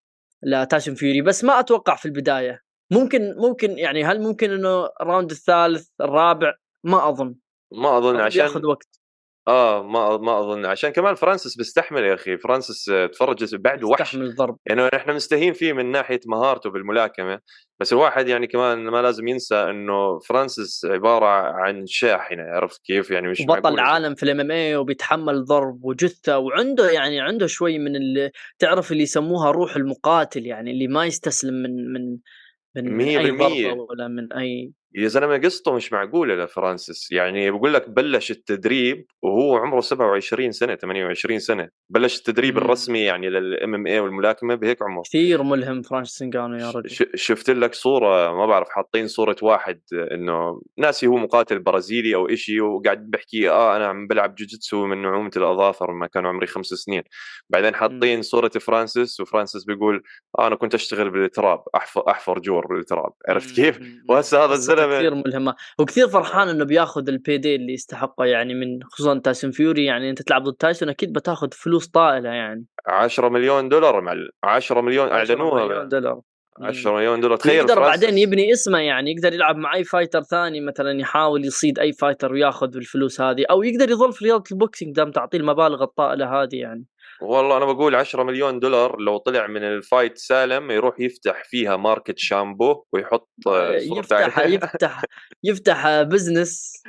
A: لتايسون فيوري، بس ما اتوقع في البدايه. ممكن ممكن يعني، هل ممكن انه الراوند الثالث الرابع؟ ما اظن.
B: ما اظن
A: اظن
B: عشان
A: بياخذ وقت.
B: اه ما ما اظن عشان كمان فرانسيس بيستحمل يا اخي. فرانسيس آه، تفرج بعده وحش،
A: يستحمل الضرب.
B: يعني احنا مستهين فيه من ناحيه مهارته بالملاكمه، بس الواحد يعني كمان ما لازم ينسى انه فرانسيس عباره عن شاحنه، عرفت كيف؟ يعني مش
A: وبطل
B: معقول.
A: العالم في الام ام اي وبيتحمل ضرب وجثه، وعنده يعني عنده شوي من اللي تعرف اللي يسموها روح المقاتل، يعني اللي ما يستسلم من من من من اي ضربه
B: مية بالمية
A: ولا من اي.
B: يا زلمه قصته مش معقوله لفرانسيس، يعني بقول لك بلش التدريب وهو عمره سبعة وعشرين سنه ثمانية وعشرين سنه، بلش التدريب
A: مم.
B: الرسمي يعني للام ام اي والملاكمه بهيك عمر.
A: كثير ملهم فرانسيس نغانو يا
B: ش-
A: رجل.
B: ش- شفت لك صورة، ما بعرف، حاطين صورة واحد انه ناسي هو مقاتل برازيلي او اشي، وقاعد بحكي اه انا عم بلعب جوجيتسو من نعومة الاظافر لما كان عمري خمس سنين. بعدين
A: مم.
B: حاطين صورة فرانسيس، وفرانسيس بيقول آه انا كنت اشتغل بالتراب، احفر احفر جور بالتراب، عرفت
A: مم.
B: كيف؟
A: مم.
B: وهسه هذا
A: قصه
B: زلمة
A: كثير ملهمة، وكثير فرحان إنه بياخذ البيدي اللي يستحقه يعني من خصوصًا تايسون فيوري. يعني أنت تلعب ضد تايسون أكيد بتاخذ فلوس طائلة يعني.
B: عشرة مليون دولار معلم، عشرة مليون
A: عشرة
B: أعلنوها
A: مليون
B: ب
A: دولار. إمم.
B: عشرة مليون دولار. تخيل
A: ويقدر بعدين
B: فرانسيس.
A: يبني اسمه، يعني يقدر يلعب مع أي فايتر ثاني مثلًا، يحاول يصيد أي فايتر وياخذ بالفلوس هذه، أو يقدر يظل في رياضة البوكسينج دام تعطيه المبالغ الطائلة هذه يعني.
B: والله أنا باقول عشرة مليون دولار لو طلع من الفايت سالم يروح يفتح فيها ماركت شامبو ويحط
A: آآ
B: صورته
A: يفتح
B: عليها.
A: يفتح يفتح business،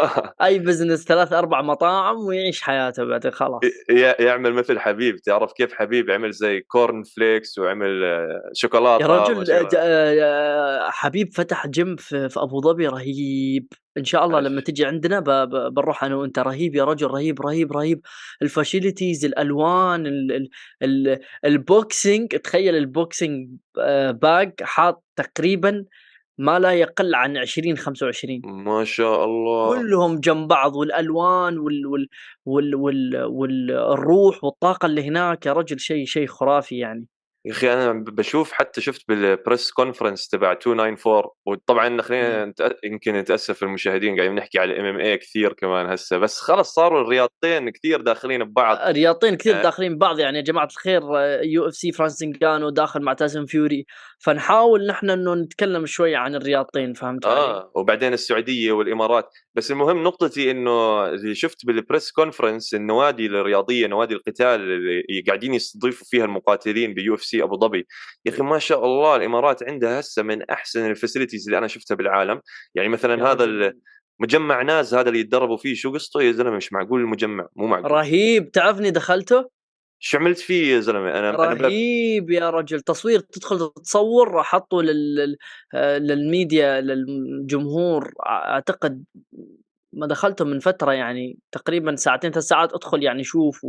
A: أي business ثلاث أربع مطاعم ويعيش حياته بعدين خلاص.
B: ي يعمل مثل حبيب. تعرف كيف حبيب عمل زي كورن فليكس وعمل آه،
A: يا
B: شوكولاتة ما
A: رجل
B: شاء
A: ج
B: الله.
A: آآ حبيب فتح gym في في أبو ظبي رهيب. إن شاء الله لمّا
B: أش
A: تيجي عندنا ب ب بنروح أنا وأنت. رهيب يا رجل، رهيب، رهيب، رهيب. الfacilities، الألوان، ال ال ال الboxing. تخيل الboxing آآ bag حاط تقريبًا ما لا يقل عن عشرين، خمسة وعشرين.
B: ما شاء الله.
A: كلهم جنب بعض، والألوان وال وال وال وال وال الروح والطاقة اللي هناك يا رجل شيء شيء خرافي يعني.
B: يا أخي أنا ب باشوف حتى شُفت بالpress conference تبع مئتين وتسعة وأربعين. وطبعًا
A: إمم.
B: خلينا نت يمكن نتأسف للمشاهدين قاعدين نحكي على الإم إم إيه كثير كمان هسه، بس خلص صاروا الرياضتين كثير داخلين ببعض.
A: رياضتين كثير
B: آآ
A: داخلين ببعض يعني يا جماعة الخير. يو اف سي فرانس نغانو داخل مع تايسون فيوري، فنحاول نحن إنه نتكلم شوي عن الرياضتين. فهمت علي؟
B: آه، وبعدين السعودية والإمارات. بس المهم نقطتي إنه اللي شُفت بالpress conference النوادي الرياضية، نوادي القتال اللي قاعدين يستضيفوا فيها المقاتلين بيو إف سي أبو ظبي. يا أخي ما شاء الله الإمارات عندها هسه من أحسن الfacilities اللي أنا شُفتها بالعالم. يعني
A: يا
B: مثلًا هذا ال
A: رجل
B: مجمّع ناز هذا اللي يتدربوا فيه شو قصته يا زلمة؟ مش معقول المجمّع، مو معقول.
A: رهيب. تعرفني دخلته؟
B: شو عملت فيه يا زلمة؟ أنا أنا ب
A: رهيب يا رجل. تصوير، تدخل تتصور، حطّوا لل لل آآ للميديا، للجمهور. أع أعتقد ما دخلته من فترة يعني تقريبًا ساعتين، ثلاث ساعات. ادخل يعني شوف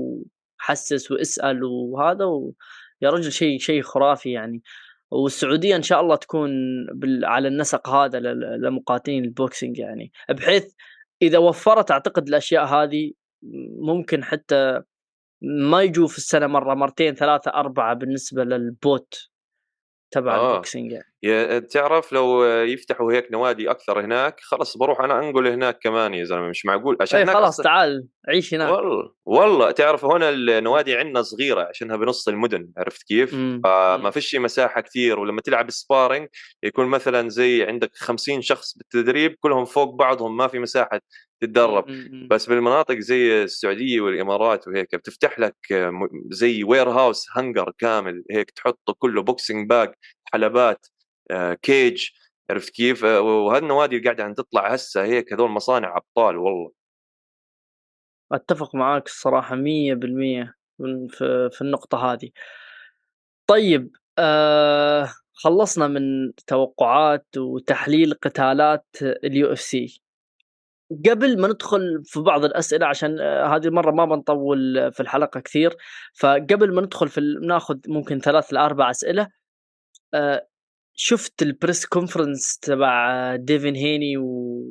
A: وحسّس واسأل وهذا و يا رجل شيء شيء خرافي يعني. والسعودية إن شاء الله تكون بال على النسق هذا لل لمقاتلين الboxing يعني، بحيث إذا وفّرت أعتقد الأشياء هذه ممكن حتى ما يجوا في السنة مرة، مرتين، ثلاثة، أربعة بالنسبة للبوت تبع
B: آه.
A: الboxing يعني.
B: يا تعرف لو يفتحوا هيك نوادي أكثر هناك خلص باروح أنا أنقل هناك كمان يا زلمة. مش معقول عشان
A: إيه
B: هناك
A: خلاص
B: أصلًا.
A: تعال عيش هناك.
B: والله، والله تعرف هنا النوادي عندنا صغيرة عشانها بنص المدن. عرفت كيف؟
A: إمم،
B: فما
A: إمم،
B: فيش مساحة كتير. ولما تلعب سبارينج يكون مثلا زي عندك خمسين شخص بالتدريب كلهم فوق بعضهم ما في مساحة
A: إمم،
B: تتدرب.
A: إمم، إمم.
B: بس بالمناطق زي السعودية والإمارات وهيك بتفتح لك م- زي وير هاوس هنجر كامل هيك تحطه كله بوكسينج باج، حلبات، آه، كيج. عرفت كيف؟ آه، وهالنوادي اللي قاعدة عم تطلع هسه هيك هذول مصانع أبطال والله.
A: أتفق معاك الصراحة مية بالمية من في في النقطة هذه. طيب آآ خلّصنا من توقعات وتحليل قتالات اليو إف سي. قبل ما ندخل في بعض الأسئلة عشان آآ هذه المرّة ما بنطوّل في الحلقة كثير، فقبل ما ندخل في ال ناخذ ممكن ثلاث لأربع أسئلة. آآ شُفت الpress conference تبع ديفين هيني و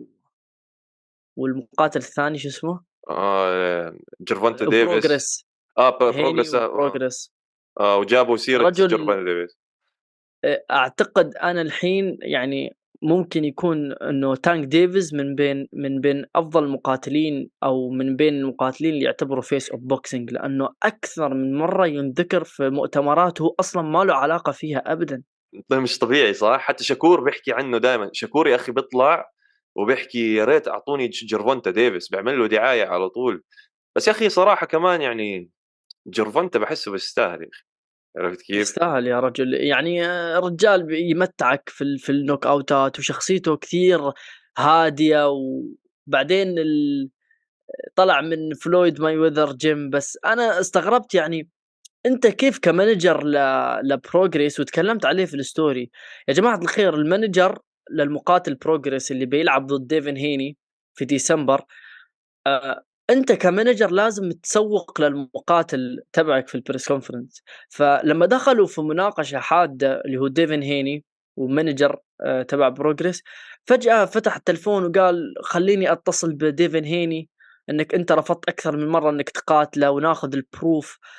A: والمقاتل الثاني شو اسمه؟
B: آه جيرفونتا
A: آآ
B: ديفيس.
A: Progress.
B: آه ب
A: هيني
B: بروجريس آه.
A: وProgress.
B: آه وجابوا
A: يا
B: سيرة
A: رجل
B: جيرفونتا ديفيس.
A: آآ أعتقد أنا الحين يعني ممكن يكون إنه تانك ديفيز من بين من بين أفضل المقاتلين، أو من بين المقاتلين اللي يعتبروا face of boxing، لأنه أكثر من مرّة ينذكر في مؤتمرات هو أصلًا ما له علاقة فيها أبدًا.
B: ده مش طبيعي صح؟ حتى شاكور بيحكي عنه دائمًا. شاكور يا أخي بيطلع وبيحكي يا ريت أعطوني ج جيرفونتا ديفيس. بيعمل له دعاية على طول. بس يا أخي صراحة كمان يعني جيرفونتا باحسه بيستاهل يا أخي. عرفت كيف؟
A: يستاهل يا رجل. يعني آه، الرجال بيمتعك في ال في النوك أوتات، وشخصيته كثير هادية. وبعدين ال طلع من فلويد مايوذر جيم. بس أنا استغربت يعني أنت كيف كmanager ل لProgress وتكلمت عليه في الstory. يا جماعة الخير الmanager للمقاتل Progress اللي بيلعب ضد ديفن هيني في ديسمبر. آآ أنت كmanager لازم تسوّق للمقاتل تبعك في الpress conference. فلمّا دخلوا في مناقشة حادة اللي هو ديفن هيني وmanager آآ تبع Progress، فجأة فتح التلفون وقال خلّيني أتصل بديفن هيني إنك أنت رفضت أكثر من مرّة إنك تقاتله وناخذ الproof.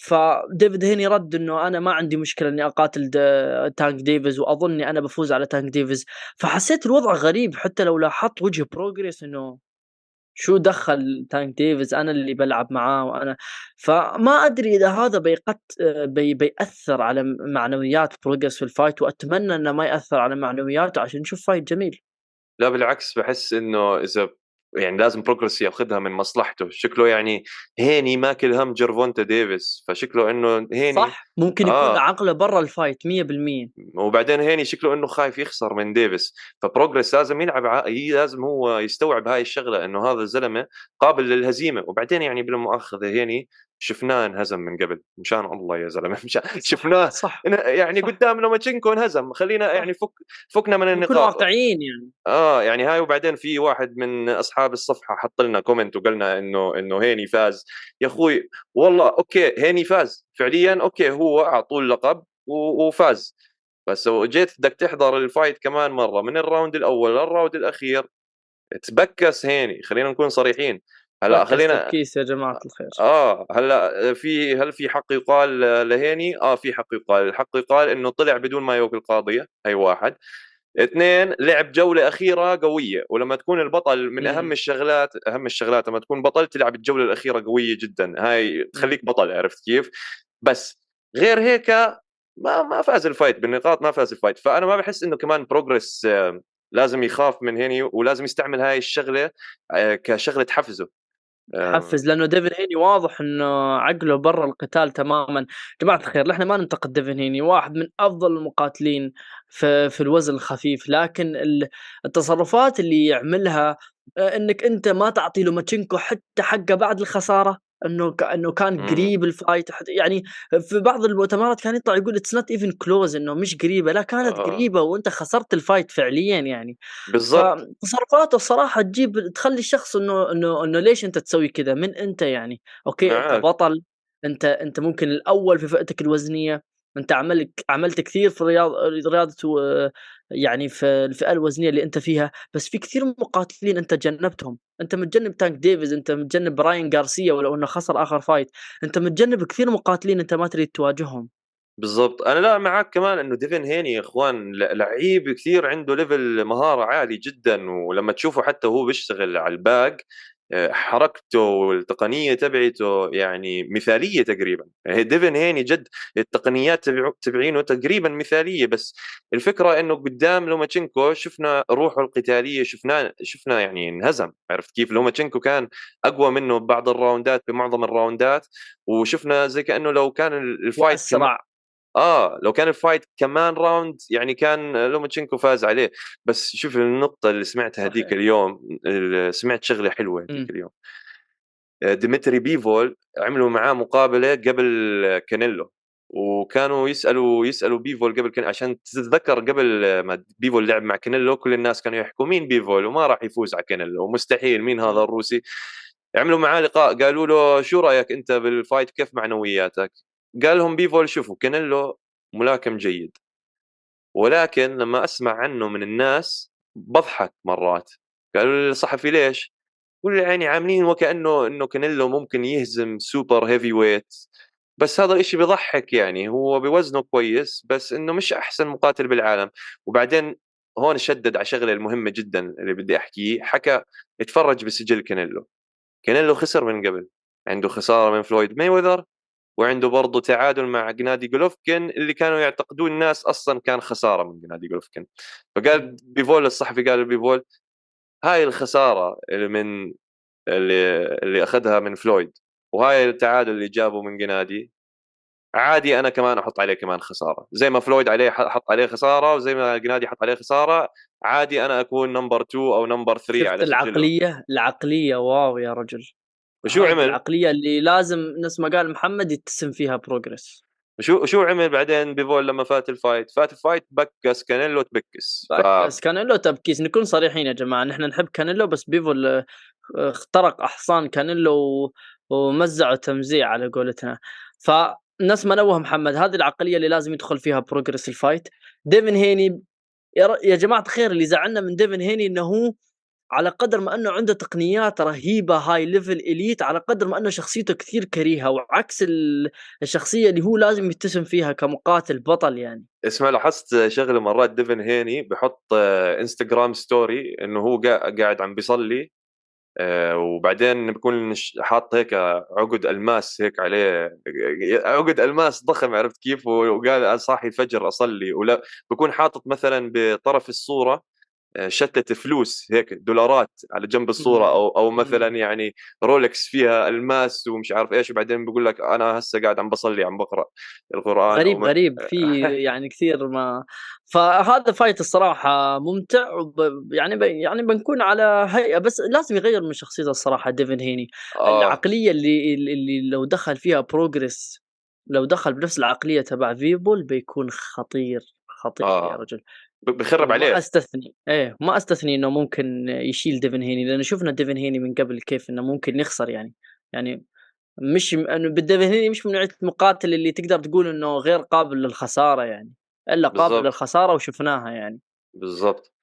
A: فديفيد هيني رد انه انا ما عندي مشكله اني اقاتل تانك ديفيز واظني انا بفوز على تانك ديفيز. فحسيت الوضع غريب، حتى لو لاحظت وجه بروجريس انه شو دخل تانك ديفيز، انا اللي بلعب معاه وانا. فما ادري اذا هذا بيقت بي بيأثر على معنويات بروجريس في الفايت، واتمنى انه ما يأثر على معنوياته عشان نشوف فايت جميل.
B: لا بالعكس، بحس انه اذا يعني لازم بروجرس ياخذها من مصلحته. شكله يعني هيني ماكل هم جيرفونتا ديفيس، فشكله انه هيني
A: صح، ممكن يكون
B: اه
A: عقله برا الفايت مية بالمية.
B: وبعدين هيني شكله انه خايف يخسر من ديفيس. فبروجرس لازم يلعب ع... هي لازم هو يستوعب هاي الشغله انه هذا الزلمه قابل للهزيمه. وبعدين يعني بالمؤاخذه هيني شفناه انهزم من قبل، مشان الله يا زلمه مشان
A: صح
B: شفناه
A: صح
B: إنه يعني
A: صح
B: قدام لوماتشينكو انهزم. خلينا
A: صح،
B: يعني فك فكنا من
A: نكون
B: النقاط.
A: واقعيين يعني.
B: اه يعني هاي. وبعدين في واحد من اصحاب الصفحه حط لنا كومنت وقالنا انه انه هيني فاز. يا اخوي والله اوكي هيني فاز فعليا، اوكي هو اعطوه اللقب و- وفاز. بس لو جيت بدك تحضر الفايت كمان مره من الراوند الاول للراوند الاخير تبكس هيني. خلينا نكون صريحين. هلا
A: بكس
B: خلينا
A: تبكيس يا جماعة الخير.
B: اه هلا في هل في حق يقال لهيني؟ اه في حق يقال. الحق يقال انه طلع بدون ما يوكل القاضيه، هي واحد. اثنين، لعب جولة أخيرة قوية. ولما تكون البطل من أهم
A: إمم،
B: الشغلات أهم الشغلات لما تكون بطل تلعب الجولة الأخيرة قوية جدا، هاي
A: إمم.
B: تخليك بطل. عرفت كيف؟ بس غير هيك ما ما فاز الفايت بالنقاط، ما فاز الفايت. فأنا ما بحس إنه كمان بروجرس لازم يخاف من هيني، ولازم يستعمل هاي الشغلة آه، كشغلة تحفزه. آه،
A: تحفّز، لأنه ديفن هيني واضح إنه عقله برّا القتال تمامًا. جماعة الخير، إحنا ما ننتقد ديفن هيني، واحد من أفضل المقاتلين في في الوزن الخفيف، لكن ال التصرفات اللي يعملها، آآ إنّك أنت ما تعطي لوماتشينكو حتى حقّه بعد الخسارة، إنه ك إنه كان
B: مم،
A: قريب الfight حت يعني في بعض المؤتمرات كان يطلع يقول it's not even close، إنه مش قريبة، لا كانت
B: آه،
A: قريبة وأنت خسرت الfight فعليًا يعني.
B: بالضبط.
A: فتصرفاته الصراحة تجيب تخلّي الشخص إنه إنه إنه ليش أنت تسوي كذا؟ من أنت يعني؟ أوكي أنت
B: معاك
A: بطل، أنت أنت ممكن الأول في فئتك الوزنية، أنت عملك عملت كثير في رياض رياضة و يعني في الفئة الوزنية اللي أنت فيها، بس في كثير مقاتلين أنت تجنبتهم، أنت متجنب تانك ديفيز، أنت متجنب براين غارسيا ولو إنه خسر آخر فايت، أنت متجنب كثير مقاتلين أنت ما تريد تواجههم.
B: بالضبط. أنا لا معاك كمان إنه ديفن هيني يا إخوان ل لعيب كثير عنده level مهارة عالي جدًا. ولمّا تشوفه حتى وهو بيشتغل على الباك آآ حركته والتقنية تبعته يعني مثالية تقريبًا. يعني ديفن هيني جد التقنيات تبعه تبعينه تقريبًا مثالية. بس الفكرة إنه قدام لوماتشينكو شفنا روحه القتالية، شفناه شفنا يعني انهزم. عرفت كيف؟ لوماتشينكو كان أقوى منه ببعض الراوندات بمعظم الراوندات. وشفنا زي كأنه لو كان ال الfight كم
A: وأسرع.
B: آه، لو كان الفايت كمان راوند يعني كان لوماتشينكو فاز عليه. بس شوف النقطة اللي سمعتها هديك
A: صحيح.
B: اليوم، ال سمعت شغلة حلوة هديك
A: إمم.
B: اليوم. آآ ديمتري بيفول عملوا معاه مقابلة قبل كانيلو. وكانوا يسألوا يسألوا بيفول قبل كان عشان تتذكر قبل ما بيفول لعب مع كانيلو كل الناس كانوا يحكوا مين بيفول وما راح يفوز على كانيلو ومستحيل مين هذا
A: إمم.
B: الروسي. عملوا معاه لقاء قالوا له شو رأيك أنت بالفايت كيف معنوياتك؟ قال لهم بيفول شوفوا كانيلو ملاكم جيد، ولكن لما أسمع عنه من الناس باضحك مرات. قالوا لي الصحفي ليش؟ قُل يا عيني عاملين وكأنه إنه كانيلو ممكن يهزم super heavyweight. بس هذا الإشي بيضحّك يعني. هو بوزنه كويس بس إنه مش أحسن مقاتل بالعالم. وبعدين هون شدّد على شغلة المهمة جدًا اللي بدي أحكيه. حكى اتفرّج بسجل كانيلو. كانيلو خسر من قبل، عنده خسارة من فلويد مايوذر، وعنده برضه تعادل مع جنادي جولوفكين اللي كانوا يعتقدون الناس أصلًا كان خسارة من جنادي جولوفكين. فقال
A: إمم.
B: بيفول الصحفي قال لبيفول هاي الخسارة اللي من اللي اللي أخذها من فلويد وهاي التعادل اللي جابه من جنادي عادي أنا كمان أحط عليه كمان خسارة زي ما فلويد عليه ح- حط عليه خسارة وزي ما جنادي حط عليه خسارة. عادي أنا أكون نمبر اثنين أو نمبر ثلاثة
A: شُفت
B: على سجله.
A: العقلية؟ العقلية واو يا رجل!
B: وشو
A: هذه
B: عمل؟
A: العقلية اللي لازم نفس ما قال محمد يتسم فيها progress.
B: وشو شو عمل بعدين بيفول لما فات الفايت؟ فات الفايت بكس كانيلو تبكس. ف
A: بس كانيلو تبكيس، نكون صريحين يا جماعة، نحن نحب كانيلو بس بيفول آآ اخترق أحصان كانيلو و ومزّعه تمزيع على قولتنا. فنفس ما نوّه محمد، هذه العقلية اللي لازم يدخل فيها progress الfight. ديفن هيني، يا ر يا جماعة الخير، اللي زعلنا من ديفن هيني إنه هو على قدر ما انه عنده تقنيات رهيبه هاي ليفل اليت، على قدر ما انه شخصيته كثير كريهه، وعكس الشخصيه اللي هو لازم يتسم فيها كمقاتل بطل يعني.
B: اسمع، لاحظت شغله مرات ديفن هيني بحط انستغرام ستوري انه هو قاعد عم بيصلي، وبعدين بكون حاط هيك عقد الماس هيك عليه، عقد الماس ضخم، عرفت كيف؟ وقال صاحي الفجر اصلي، ولا بكون حاطط مثلا بطرف الصوره شتلة فلوس هيك دولارات على جنب الصورة، أو أو مثلا يعني رولكس فيها الماس ومش عارف إيش، وبعدين بيقول لك أنا هسه قاعد عم بصلي عم بقرأ القرآن.
A: غريب
B: أو
A: غريب في يعني كثير ما. فهذا فايت الصراحة ممتع، وب يعني ب يعني بنكون على هيئة، بس لازم يغيّر من شخصيته الصراحة ديفن هيني.
B: آه
A: العقلية اللي ال اللي لو دخل فيها progress، لو دخل بنفس العقلية تبع فيبول بيكون خطير، خطير يا
B: آه
A: رجل.
B: بخرب
A: وما
B: عليه.
A: أستثني إيه ما أستثني إنه ممكن يشيل ديفن هيني، لأنه شُفنا ديفن هيني من قبل كيف إنه ممكن يخسر يعني. يعني مش م إنه بالديفن هيني مش من نوعية المقاتل اللي تقدر تقول إنه غير قابل للخسارة يعني، إلا قابل
B: بالضبط
A: للخسارة وشفناها يعني.
B: بالضبط.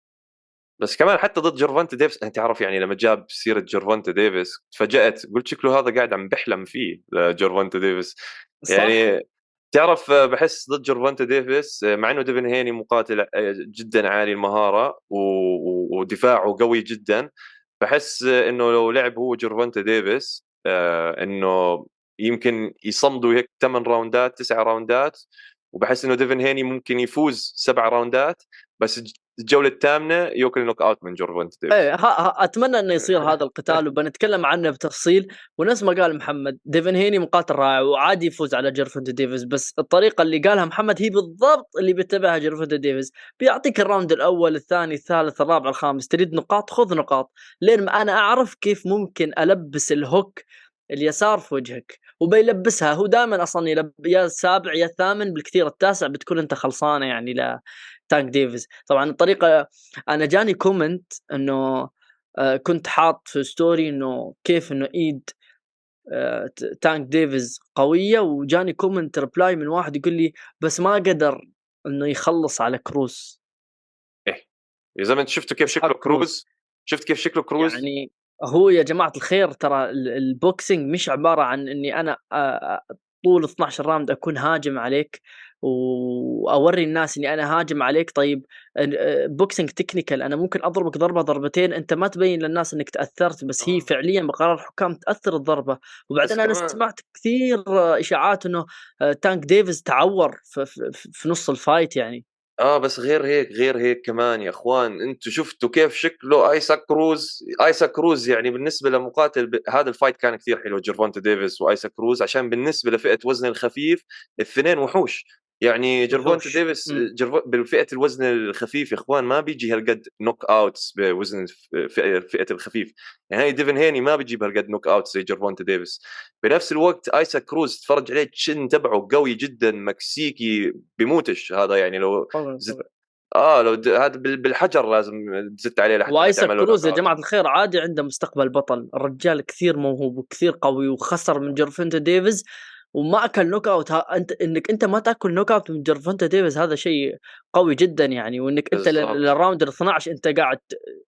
B: بس كمان حتى ضد جيرفونتا ديفيس، انت عارف يعني لما جاب سيره جيرفونتا ديفيس تفاجأت، قلت شكله هذا قاعد عم بحلم فيه لجيرفونتا ديفيس
A: صح؟
B: يعني. تعرف بحس ضد جيرفونتا ديفيس مع انه ديفن هيني مقاتل جدا عالي المهاره و- ودفاعه قوي جدا، بحس انه لو لعب هو جيرفونتا ديفيس آه، انه يمكن يصمدوا هيك ثمان راوندات تسع راوندات، وبحس انه ديفن هيني ممكن يفوز سبع راوندات، بس الجوله الثامنه ياكل نوك اوت من جيرفونتا
A: إيه
B: ديفيس.
A: ه ه أتمنى إنه يصير هذا القتال، وبنتكلم عنه بتفصيل. ونفس ما قال محمد، ديفن هيني مقاتل رائع وعادي يفوز على جيرفونتا ديفيس، بس الطريقة اللي قالها محمد هي بالضبط اللي بيتبعها جيرفونتا ديفيس. بيعطيك الراوند الأول، الثاني، الثالث، الرابع، الخامس، تريد نقاط خذ نقاط، لين ما أنا أعرف كيف ممكن ألبس الهوك اليسار في وجهك، وبيلبسها هو دائما أصلا يلب... يا السابع يا الثامن، بالكثير التاسع بتكون أنت خلصانة يعني لتانك ديفيس. طبعا الطريقة، أنا جاني كومنت إنه آه كنت حاط في ستوري إنه كيف إنه إيد آه تانك ديفيز قوية، وجاني كومنت ريبلاي من واحد يقول لي بس ما قدر إنه يخلص على كروز.
B: ايه يا زلمه، انت شفتوا كيف
A: إيش حق
B: شكله
A: كروز؟
B: كروز؟ شفت كيف شكله كروز؟
A: يعني هو يا جماعة الخير ترى ال- البوكسينج مش عبارة عن إني أنا آه، آه، طول اثنا عشر راوند أكون هاجم عليك وأوري الناس إني أنا هاجم عليك. طيب بوكسينج تكنيكال، أنا ممكن أضربك ضربة ضربتين أنت ما تبين للناس إنك تأثرت، بس هي
B: اه
A: فعليا بقرار الحكام تأثر الضربة.
B: بس
A: وبعدين أنا
B: كمان
A: سمعت كثير آه، إشاعات إنه آه، تانك ديفيز تعور في, في, في نص الفايت يعني.
B: اه بس غير هيك، غير هيك كمان يا اخوان، انتوا شفتوا كيف شكله ايساك كروز؟ ايساك كروز يعني بالنسبه لمقاتل ب... هذا الفايت كان كثير حلو، جيرفونتا ديفيس وايساك كروز، عشان بالنسبه لفئه وزن الخفيف الاثنين وحوش. يعني جيرفونتا
A: وحوش.
B: ديفيس
A: مم.
B: جيرفو... بالفئه الوزن الخفيف يا اخوان ما بيجي هالقد نوك اوتس بوزن فئه فئه الخفيف، يعني هاي ديفن هيني ما بيجيب هالقد نوك اوتس زي جيرفونتا ديفيس. بنفس الوقت ايساك كروز تفرج عليه الشن تبعه قوي جدا، مكسيكي بموتش هذا، يعني لو
A: طبعا
B: زدت
A: طبعا.
B: اه لو د... هذا بال- بالحجر لازم تزت عليه لحتى ما
A: وايساك
B: تعمل له
A: كروز
B: نوك
A: يا
B: اوت.
A: جماعة الخير عادي عنده مستقبل بطل، الرجال كثير موهوب وكثير قوي، وخسر من جيرفونتا ديفيز وما اكل نوك اوت. ها انت انك انت ما تاكل نوك اوت من جيرفونتا ديفيز هذا شيء قوي جدا يعني. وانك انت لل-
B: بالضبط.
A: للراوند ال اثنا عشر انت قاعد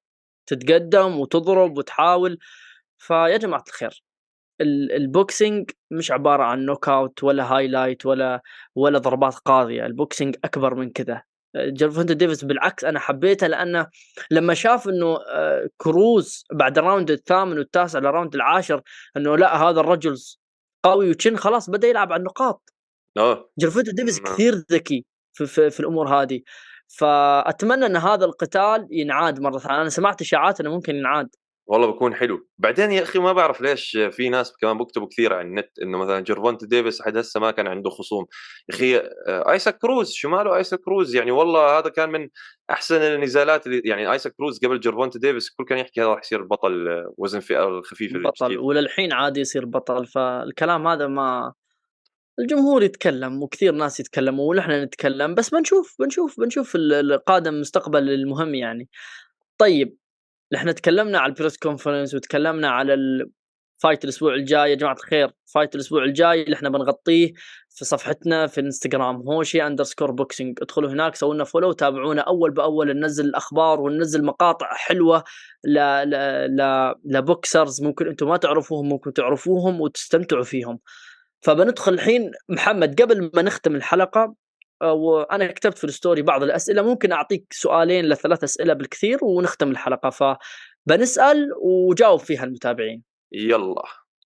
A: تتقدم وتضرب وتحاول. فيا جماعة الخير، ال- البوكسينج مش عبارة عن نوك اوت ولا هايلايت ولا ولا ضربات قاضية، البوكسينج اكبر من كذا. جيرفونتا ديفيس بالعكس انا حبيته، لانه لما شاف انه آه، كروز بعد الراوند الثامن والتاسع للراوند العاشر انه لا هذا الرجل قوي وتشن، خلاص بدا يلعب على النقاط.
B: اه
A: جيرفونتا ديفيس
B: م-
A: كثير ذكي في, في, في الامور هذه. فاتمنى ان هذا القتال ينعاد مره ثانيه، انا سمعت اشاعات انه ممكن ينعاد.
B: والله بكون حلو. بعدين يا اخي ما بعرف ليش في ناس كمان بكتبوا كثير على النت انه مثلا جيرفونتا ديفيس حد هسه ما كان عنده خصوم. يا اخي آه، ايساك كروز شو ماله؟ ايساك كروز يعني والله هذا كان من احسن النزالات اللي يعني ايساك كروز قبل جيرفونتا ديفيس الكل كان يحكي هذا راح يصير بطل آه، وزن الفئه الخفيفه
A: بطل
B: الجديد.
A: وللحين عادي يصير بطل، فالكلام هذا ما الجمهور يتكلم وكثير ناس يتكلموا ونحن نتكلم، بس بنشوف بنشوف بنشوف ال- القادم مستقبل المهم يعني. طيب، نحن تكلمنا على البريس كونفرنس وتكلمنا على ال... فايت الاسبوع الجاي يا جماعه الخير، فايت الاسبوع الجاي اللي احنا بنغطيه في صفحتنا في الانستغرام هوشي اندرسكور بوكسينج. ادخلوا هناك سووا لنا فولو وتابعونا اول باول، ننزل الاخبار وننزل مقاطع حلوه ل ل ل لبوكسرز ممكن انتم ما تعرفوهم ممكن تعرفوهم وتستمتعوا فيهم. فبندخل الحين محمد قبل ما نختم الحلقه، وانا كتبت في الستوري بعض الاسئله، ممكن اعطيك سؤالين لثلاث اسئله بالكثير ونختم الحلقه، فبنسال وجاوب فيها المتابعين.
B: يلا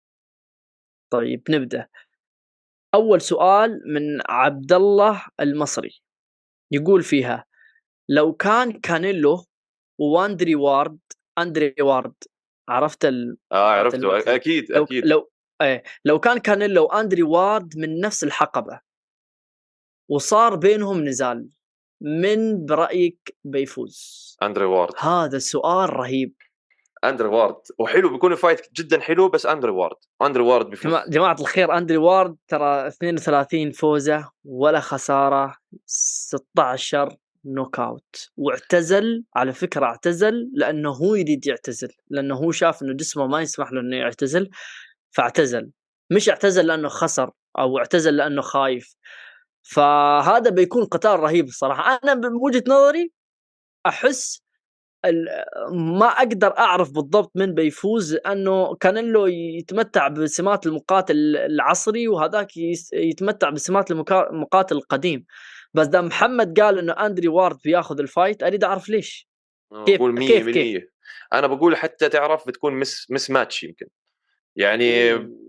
A: طيب نبدا. اول سؤال من عبد الله المصري، يقول فيها لو كان كانيلو واندري وارد، اندري وارد عرفت ال...
B: اه عرفته اكيد
A: لو
B: اكيد
A: لو ايه لو كان كانيلو واندري وارد من نفس الحقبه وصار بينهم نزال، من برأيك بيفوز؟
B: اندري وارد.
A: هذا سؤال رهيب.
B: اندري وارد وحلو، بيكون فايت جدا حلو، بس اندري وارد اندري وارد بيفوز.
A: جماعة, جماعة الخير اندري وارد ترى اثنين وثلاثين فوزة ولا خسارة، ستة عشر نوك اوت، واعتزل على فكرة، اعتزل لانه هو يريد يعتزل، لانه هو شاف انه جسمه ما يسمح له انه يعتزل فاعتزل، مش اعتزل لانه خسر او اعتزل لانه خايف. فهذا بيكون قتال رهيب الصراحة. انا بوجهة نظري احس ما اقدر اعرف بالضبط من بيفوز، لانه كانيلو يتمتع بسمات المقاتل العصري وهذاك يتمتع بسمات المقاتل القديم. بس ده محمد قال انه اندري وارد بياخذ الفايت، اريد اعرف ليش.
B: كيف
A: بقول
B: مية بالمية. انا بقول حتى تعرف بتكون مس مس ماتش يمكن يعني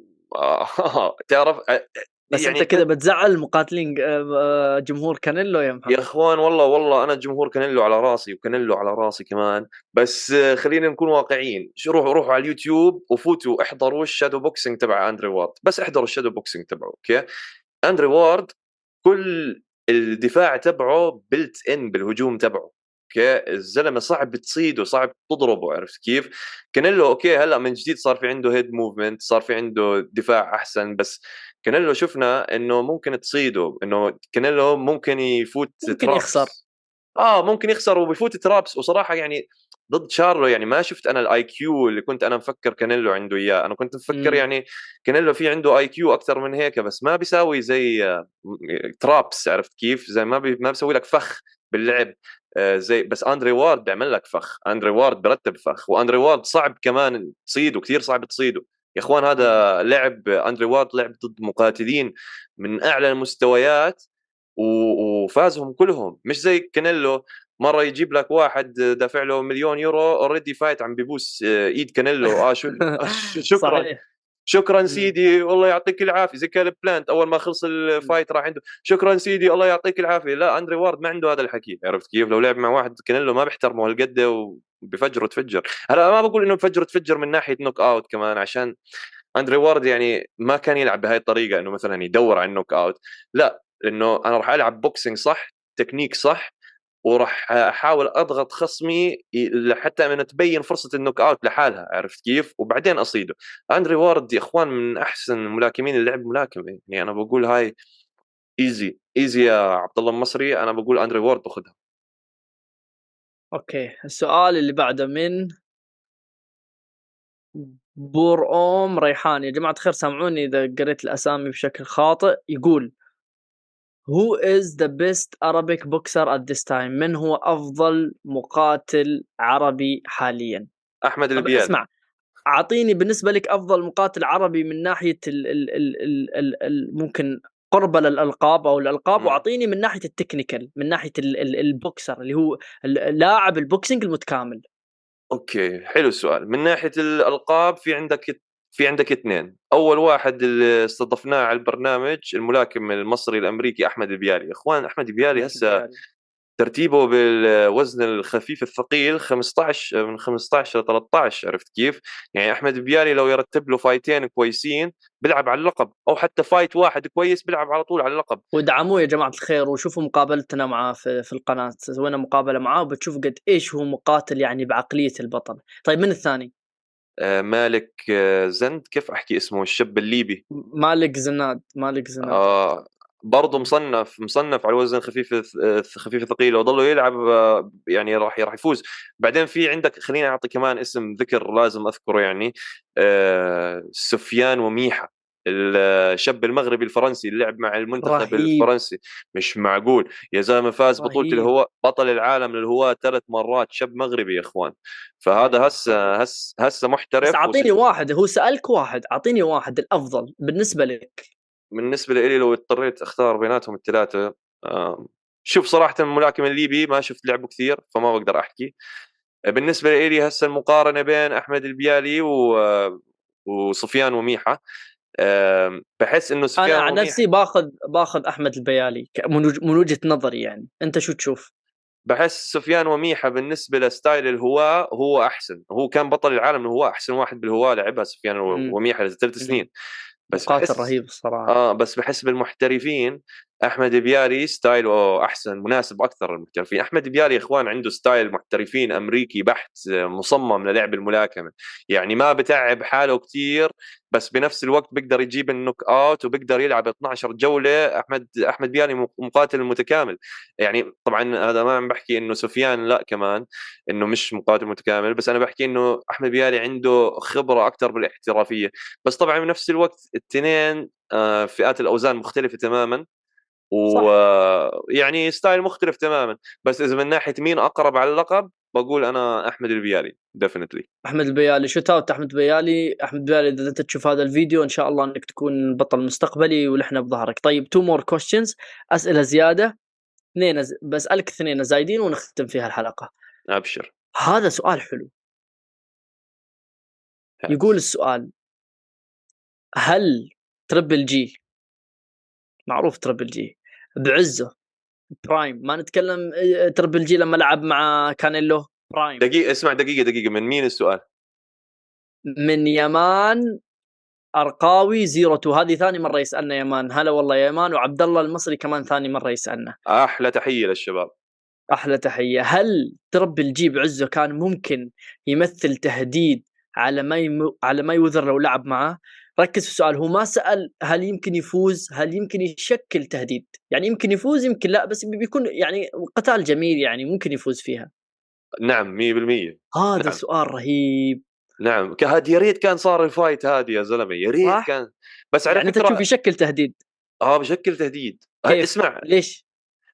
B: آه تعرف
A: بس
B: يعني
A: انت كذا بتزعل المقاتلين جمهور كانيلو يا محمد.
B: يا اخوان والله والله انا جمهور كانيلو على راسي وكانيلو على راسي كمان، بس خلينا نكون واقعيين. روحوا روحوا على اليوتيوب وفوتوا احضروا الشادو بوكسينج تبع اندري وارد، بس احضروا الشادو بوكسينج تبعه. اوكي اندري وارد كل الدفاع تبعه بلت ان بالهجوم تبعه. اوكي الزلمه صعب تصيده صعب تضربه، عرفت كيف؟ كانيلو اوكي هلا من جديد صار في عنده هيد موفمنت، صار في عنده دفاع احسن، بس كانيلو شفنا انه ممكن تصيده، انه كانيلو ممكن يفوت
A: ممكن يخسر.
B: ترابس. اه ممكن يخسر وبيفوت ترابس. وصراحه يعني ضد شارلو يعني ما شفت انا الاي كيو اللي كنت انا مفكر كانيلو عنده اياه. انا كنت مفكر
A: مم.
B: يعني كانيلو في عنده اي كيو اكثر من هيك، بس ما بيساوي زي آه، ترابس، عرفت كيف؟ زي ما بي ما بيسوي لك فخ باللعب آه، زي. بس اندري وارد بيعمل لك فخ، اندري وارد برتب فخ، واندري وارد صعب كمان تصيده، كثير صعب تصيده يا اخوان. هذا لعب اندري وارد لعب ضد مقاتلين من اعلى المستويات وفازهم كلهم، مش زي كانيلو مره يجيب لك واحد دافع له مليون يورو اوريدي فايت عم بيبوس ايد كانيلو. اه شو شكرا
A: صحيح.
B: شكرا سيدي والله يعطيك العافيه، زي كالب بلانت اول ما خلص الفايت راح عنده شكرا سيدي الله يعطيك العافيه. لا اندري وارد ما عنده هذا الحكي، عرفت كيف؟ لو لعب مع واحد كانيلو ما بيحترمه هالقد وبفجره تفجر. هلا ما بقول انه بفجره تفجر من ناحيه نوك اوت كمان، عشان اندري وارد يعني ما كان يلعب بهاي الطريقه انه مثلا يدور على النوك اوت، لا انه انا راح العب بوكسينج صح، تكنيك صح، وراح احاول اضغط خصمي لحتى انه تبين فرصه النوك اوت لحالها، عرفت كيف؟ وبعدين اصيده. اندري وارد يا اخوان من احسن الملاكمين اللي لعب ملاكمه، يعني انا بقول هاي ايزي ايزي يا عبد الله المصري، انا بقول اندري وارد باخذها.
A: اوكي السؤال اللي بعده من بورأوم ريحان. يا جماعة الخير سامعوني إذا قريت الأسامي بشكل خاطئ. يقول Who is the best Arabic boxer at this time؟ من هو أفضل مقاتل عربي حاليا؟
B: احمد
A: طب
B: البيالي.
A: اسمع، أعطيني بالنسبة لك أفضل مقاتل عربي من ناحية ال ال ال ال ال ال ممكن قرب للألقاب أو الألقاب،
B: م.
A: وأعطيني من ناحية التكنيكال، من ناحية ال ال البوكسر اللي هو لاعب البوكسينج المتكامل.
B: اوكي حلو السؤال. من ناحيه الالقاب في عندك في عندك اثنين. اول واحد اللي استضفناه على البرنامج الملاكم المصري الامريكي احمد البيالي. اخوان احمد البيالي هسه ترتيبه بالوزن الخفيف الثقيل خمسة عشر من خمسة عشر ل ثلاثة عشر، عرفت كيف؟ يعني احمد البيالي لو يرتب له فايتين كويسين بيلعب على اللقب، او حتى فايت واحد كويس بيلعب على طول على اللقب.
A: ودعموه يا جماعة الخير وشوفوا مقابلتنا معاه في, في القناة، سوينا مقابلة معاه وبتشوف قد ايش هو مقاتل يعني بعقلية البطل. طيب من الثاني؟
B: آه مالك آه زند، كيف احكي اسمه الشاب الليبي؟
A: مالك زناد. مالك زناد.
B: آه برضه مصنف مصنف على الوزن الخفيف خفيف الثقيل، لو ضلوا يلعب يعني راح راح يفوز. بعدين في عندك، خليني اعطي كمان اسم ذكر لازم اذكره، يعني آه سفيان وميحة، الشاب المغربي الفرنسي اللي لعب مع المنتخب
A: رهيب
B: الفرنسي. مش معقول يا زلمه، فاز بطوله
A: رهيب.
B: الهواء، بطل العالم للهواء ثلاث مرات، شاب مغربي يا اخوان. فهذا هسه هسه هسه
A: بس
B: محترف.
A: اعطيني واحد، هو سألك واحد، اعطيني واحد الافضل بالنسبة لك.
B: بالنسبة لي لو اضطريت اختار بيناتهم الثلاثة، آم، شوف صراحة الملاكم الليبي ما شفت لعبه كثير فما بقدر احكي. بالنسبة لي هسه المقارنة بين احمد البيالي و وسفيان وميحة. آم، بحس انه
A: انا
B: سفيان
A: عن
B: وميحة،
A: نفسي باخذ باخذ احمد البيالي ك- من وج- من وجهة نظري، يعني انت شو تشوف؟
B: بحس سفيان وميحة بالنسبة لستايل الهواة هو احسن. هو كان بطل العالم، هو احسن واحد بالهواة لعبها سفيان
A: مم.
B: وميحة ثلاث
A: مم.
B: سنين. بس
A: مقاتل
B: بحس
A: رهيب الصراحة.
B: اه بس بحس بالمحترفين احمد بيالي ستايله احسن، مناسب اكثر للمحترفين. احمد بيالي يا اخوان عنده ستايل محترفين امريكي بحت، آه، مصمم للعب الملاكمه. يعني ما بتعب حاله كثير، بس بنفس الوقت بيقدر يجيب النوك اوت وبيقدر يلعب اثني عشر جوله. احمد احمد بيالي مقاتل متكامل. يعني طبعا هذا ما عم بحكي انه سفيان لا كمان انه مش مقاتل متكامل، بس انا بحكي انه احمد بيالي عنده خبره اكثر بالاحترافيه. بس طبعا بنفس الوقت الاثنين آه، فئات الاوزان مختلفه تماما،
A: صح.
B: ويعني ستايل مختلف تماما. بس اذا من ناحيه مين اقرب على اللقب، بقول انا احمد البيالي ديفينتلي.
A: احمد البيالي، شوت اوت احمد البيالي. احمد البيالي اذا انت تشوف هذا الفيديو ان شاء الله انك تكون بطل مستقبلي ونحن بظهرك. طيب تو مور كويستشنز، اسئله زياده، اثنين ز... بسالك اثنين زايدين ونختم فيها الحلقه.
B: ابشر.
A: هذا سؤال حلو.
B: هات.
A: يقول السؤال: هل تربل جي، معروف تربل جي بعزه برايم، ما نتكلم اه، تربل جي لما لعب مع كانيلو برايم،
B: دقيقه اسمع، دقيقه دقيقه، من مين السؤال؟
A: من يمان ارقاوي زيرو تو. هذه ثاني مره يسالنا يمان، هلا والله يا يمان. وعبد الله المصري كمان ثاني مره يسالنا.
B: احلى تحيه للشباب.
A: احلى تحيه. هل تربل جي بعزه كان ممكن يمثل تهديد على ماي م... على ماي وذر لو لعب معاه؟ ركز في السؤال، هو ما سأل هل يمكن يفوز، هل يمكن يشكل تهديد. يعني يمكن يفوز يمكن لا، بس بيكون يعني قتال جميل، يعني ممكن يفوز فيها.
B: نعم مية بالمية.
A: هذا
B: نعم
A: سؤال رهيب.
B: نعم، كهاد يا ريت كان صار الفايت هذه يا زلمه، يا ريت
A: صح.
B: كان. بس على
A: يعني انت تشوف
B: فكره
A: يشكل تهديد؟
B: اه بشكل تهديد. ه-
A: كيف؟
B: اسمع،
A: ليش؟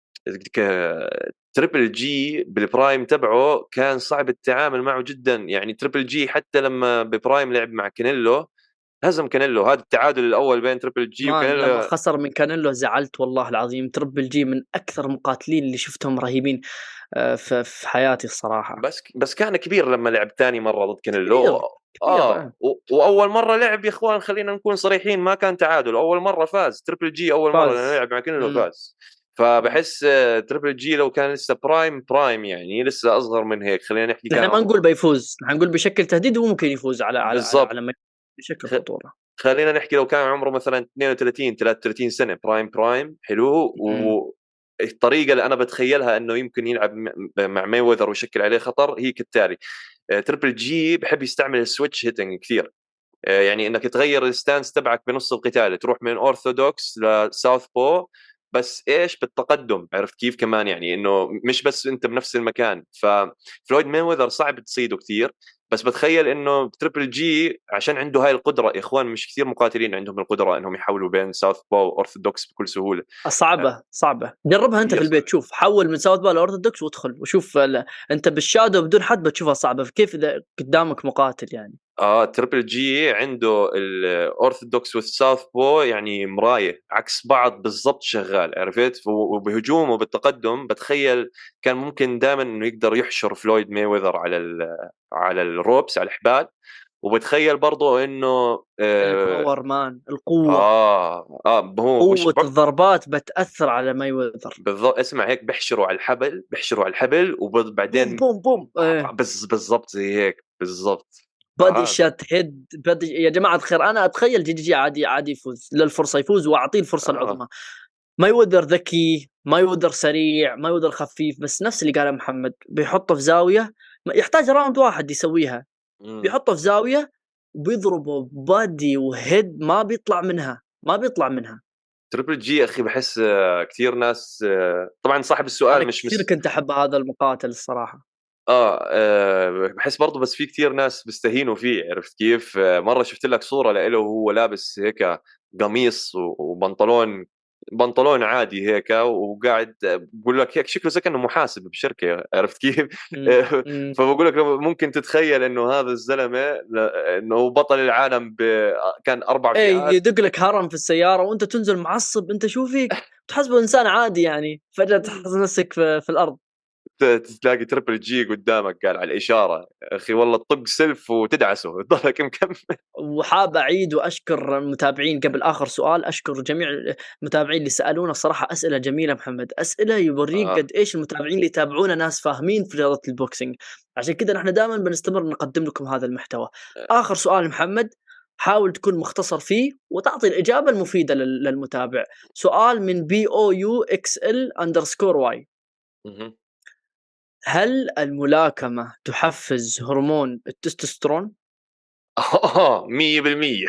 B: ك- تريبل جي بالبرايم تبعه كان صعب التعامل معه جدا. يعني تريبل جي حتى لما ببرايم لعب مع كانيلو هزم كانيلو. هذا التعادل الاول بين تريبل جي
A: مان لما
B: وكانيلو.
A: خسر من كانيلو زعلت والله العظيم. تربل جي من اكثر المقاتلين اللي شفتهم رهيبين آه، في في حياتي الصراحه.
B: بس بس كان كبير لما لعب ثاني مره ضد كانيلو.
A: كبير كبير
B: اه
A: آه.
B: و- واول مره لعب يا اخوان، خلينا نكون صريحين، ما كان تعادل، اول مره فاز تريبل جي، اول مره لما
A: فاز.
B: لعب مع كانيلو
A: مم.
B: فاز.
A: مم.
B: فبحس آه، تريبل جي لو كان لسه برايم برايم، يعني لسه اصغر من هيك، خلينا نحكي كان
A: نحن ما
B: عمره.
A: نقول بيفوز، نحن نقول بشكل تهديد وممكن يفوز على على على
B: بالضبط.
A: على ما بشكل
B: خ...
A: خطوره.
B: خلينا نحكي لو كان عمره مثلا اثنين وثلاثين ثلاثة وثلاثين سنه، برايم برايم حلو.
A: مم.
B: والطريقه اللي انا بتخيلها انه يمكن يلعب م- مع ماي وذر ويشكل عليه خطر هي كالتالي: آه، تريبل جي بحب يستعمل السويتش هيتنج كثير. آه، يعني انك تغير الستانس تبعك بنص القتال، تروح من اورثودوكس لساوث بو، بس ايش بالتقدم. عرفت كيف كمان؟ يعني انه مش بس انت بنفس المكان. ففلويد ميوذر صعب تصيده كثير. بس بتخيل انه تريبل جي عشان عنده هاي القدره يا اخوان، مش كثير مقاتلين عندهم القدره انهم يحولوا بين ساوث بو واورثودوكس بكل سهوله.
A: صعبه صعبه. جربها انت في
B: كثير صعب.
A: البيت، شوف حول من ساوث بال اورثودوكس وادخل وشوف ال... انت بالشادو بدون حد بتشوفها صعبه، كيف اذا قدامك مقاتل يعني.
B: اه تريبل جي عنده الاورثودوكس والساوث بو يعني مرايه عكس بعض بالضبط شغال. عرفت؟ وبهجومه بالتقدم بتخيل كان ممكن دائما انه يقدر يحشر فلويد ماي ويذر على ال على الروبس، على الحبال. وبتخيل برضه انه اه
A: الباور مان، القوه،
B: اه, آه هو مش
A: قوه
B: ب-
A: الضربات بتاثر على ماي وذر.
B: بالضبط. اسمع هيك، بيحشروا على الحبل، بيحشروا على الحبل
A: بوم
B: وبعدين
A: بوم بوم ايه.
B: بس بالضبط زي هيك بالضبط.
A: بادي
B: فهذا
A: شات هيد بادي. يا جماعه الخير انا اتخيل جي جي جي عادي عادي يفوز، للفرصه يفوز واعطيه الفرصه
B: آه.
A: العظمى. ما يودر ذكي، ما يودر سريع، ما يودر خفيف، بس نفس اللي قاله محمد، بيحطه في زاويه، يحتاج راوند واحد يسويها،
B: مم.
A: بيحطه في زاويه وبيضربه بادي وهيد ما بيطلع منها، ما بيطلع منها.
B: تريبل جي اخي بحس كثير ناس، طبعا صاحب السؤال
A: انا
B: مش
A: كثير
B: مس...
A: كنت احب هذا المقاتل الصراحه.
B: آه, اه بحس برضه بس في كثير ناس بيستهينوا فيه، عرفت كيف؟ مره شفت لك صوره له وهو لابس هيك قميص وبنطلون بنطلون عادي هيك، وقاعد بقول لك هيك شكله زي كانه محاسب بشركه، عرفت كيف؟ فبقول لك ممكن تتخيل انه هذا الزلمه انه بطل العالم ب... كان اربع
A: ايه
B: فئات،
A: يدق لك هرم في السياره وانت تنزل معصب، انت شو فيك؟ تحسبه انسان عادي يعني، فجاه تحس نفسك في, في الارض.
B: تلاقي تربل جي قدامك قال على الاشاره اخي والله تطق سلف وتدعسه تضلك مكمل.
A: وحاب اعيد واشكر المتابعين قبل اخر سؤال، اشكر جميع المتابعين اللي سالونا صراحه اسئله جميله محمد، اسئله يوريك
B: آه.
A: قد ايش المتابعين اللي يتابعونا ناس فاهمين في رياضه البوكسينج، عشان كذا نحن دائما بنستمر نقدم لكم هذا المحتوى. اخر سؤال محمد، حاول تكون مختصر فيه وتعطي الاجابه المفيده للمتابع. سؤال من بي او يو اكس ال اندرسكور واي، هل الملاكمه تحفز هرمون التستوستيرون؟
B: اه مية بالمية.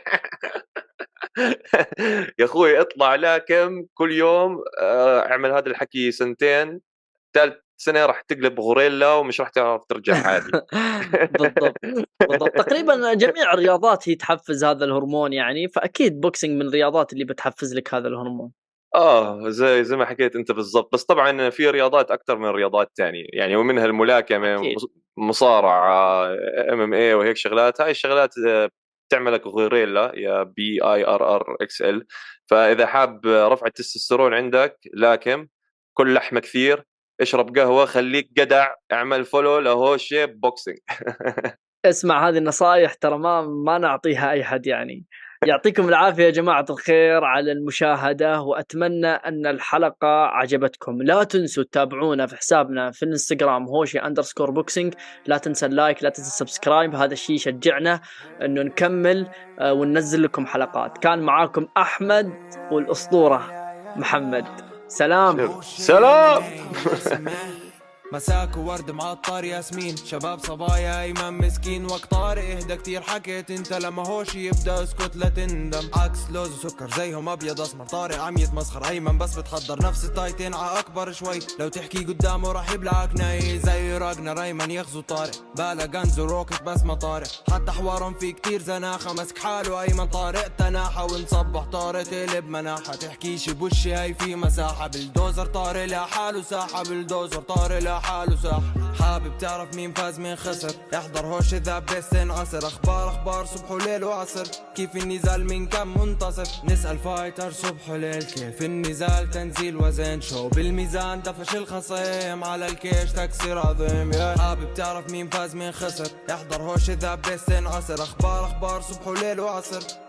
B: يا اخوي اطلع لاكم كل يوم، اعمل هذا الحكي سنتين، ثالث سنه راح تقلب غوريلا ومش راح تعرف ترجع عادي.
A: بالضبط بالضبط، تقريبا جميع الرياضات هي تحفز هذا الهرمون يعني، فاكيد بوكسينج من الرياضات اللي بتحفز لك هذا الهرمون.
B: اه زي زي ما حكيت انت بالضبط، بس طبعا في رياضات اكثر من رياضات ثانيه يعني، ومنها الملاكمه،
A: أكيد.
B: مصارعه، ام ام اي وهيك شغلات. هاي الشغلات بتعملك غوريلا يا بي اي ار ار اكس ال. فاذا حاب رفع التستوستيرون عندك لاكم، كل لحمه كثير، اشرب قهوه، خليك جدع، اعمل فولو لهوشي بوكسينج.
A: اسمع هذه النصائح ترى ما ما نعطيها اي حد يعني. يعطيكم العافيه يا جماعه الخير على المشاهده، واتمنى ان الحلقه عجبتكم. لا تنسوا تتابعونا في حسابنا في الانستغرام هوشي اندرسكور بوكسينج، لا تنسى اللايك، لا تنسى السبسكرايب، هذا الشيء يشجعنا انه نكمل وننزل لكم حلقات. كان معاكم احمد والاسطوره محمد، سلام
B: سلام.
C: مساك وورد معطر ياسمين، شباب صبايا ايمن مسكين، وقت طارق اهدى كتير حكيت انت، لما هوش يبدا اسكت لا تندم، عكس لوز وسكر زيهم ابيض اسمر، طارق عم يتمسخر ايمن بس بتحضر نفس التايتين ع اكبر شوي، لو تحكي قدامه راح يبلعك ناي زي راجنا ايمن يغزو طارق، بالا غنز وروكت بس ما طارق، حتى حوارهم في كتير زناخه، مسك حاله ايمن طارق تناحه، ونصبح طارق تقلب مناحه، تحكيش بوشي هاي في مساحه، بالدوزر طارق لحاله ساحه، بالدوزر طارق لا حاله ساح، حابب تعرف مين فاز مين خسر، احضر هوش ذا بيستين عصر، اخبار اخبار صبح وليل وعصر، كيف النزال من كم منتصف، نسأل فايتر صبح وليل كيف النزال، تنزيل وزن شو بالميزان، دفش الخصيم على الكيش تكسير عظيم، حابب تعرف مين فاز مين خسر، احضر هوش ذا بيستين عصر، اخبار اخبار صبح وليل وعصر.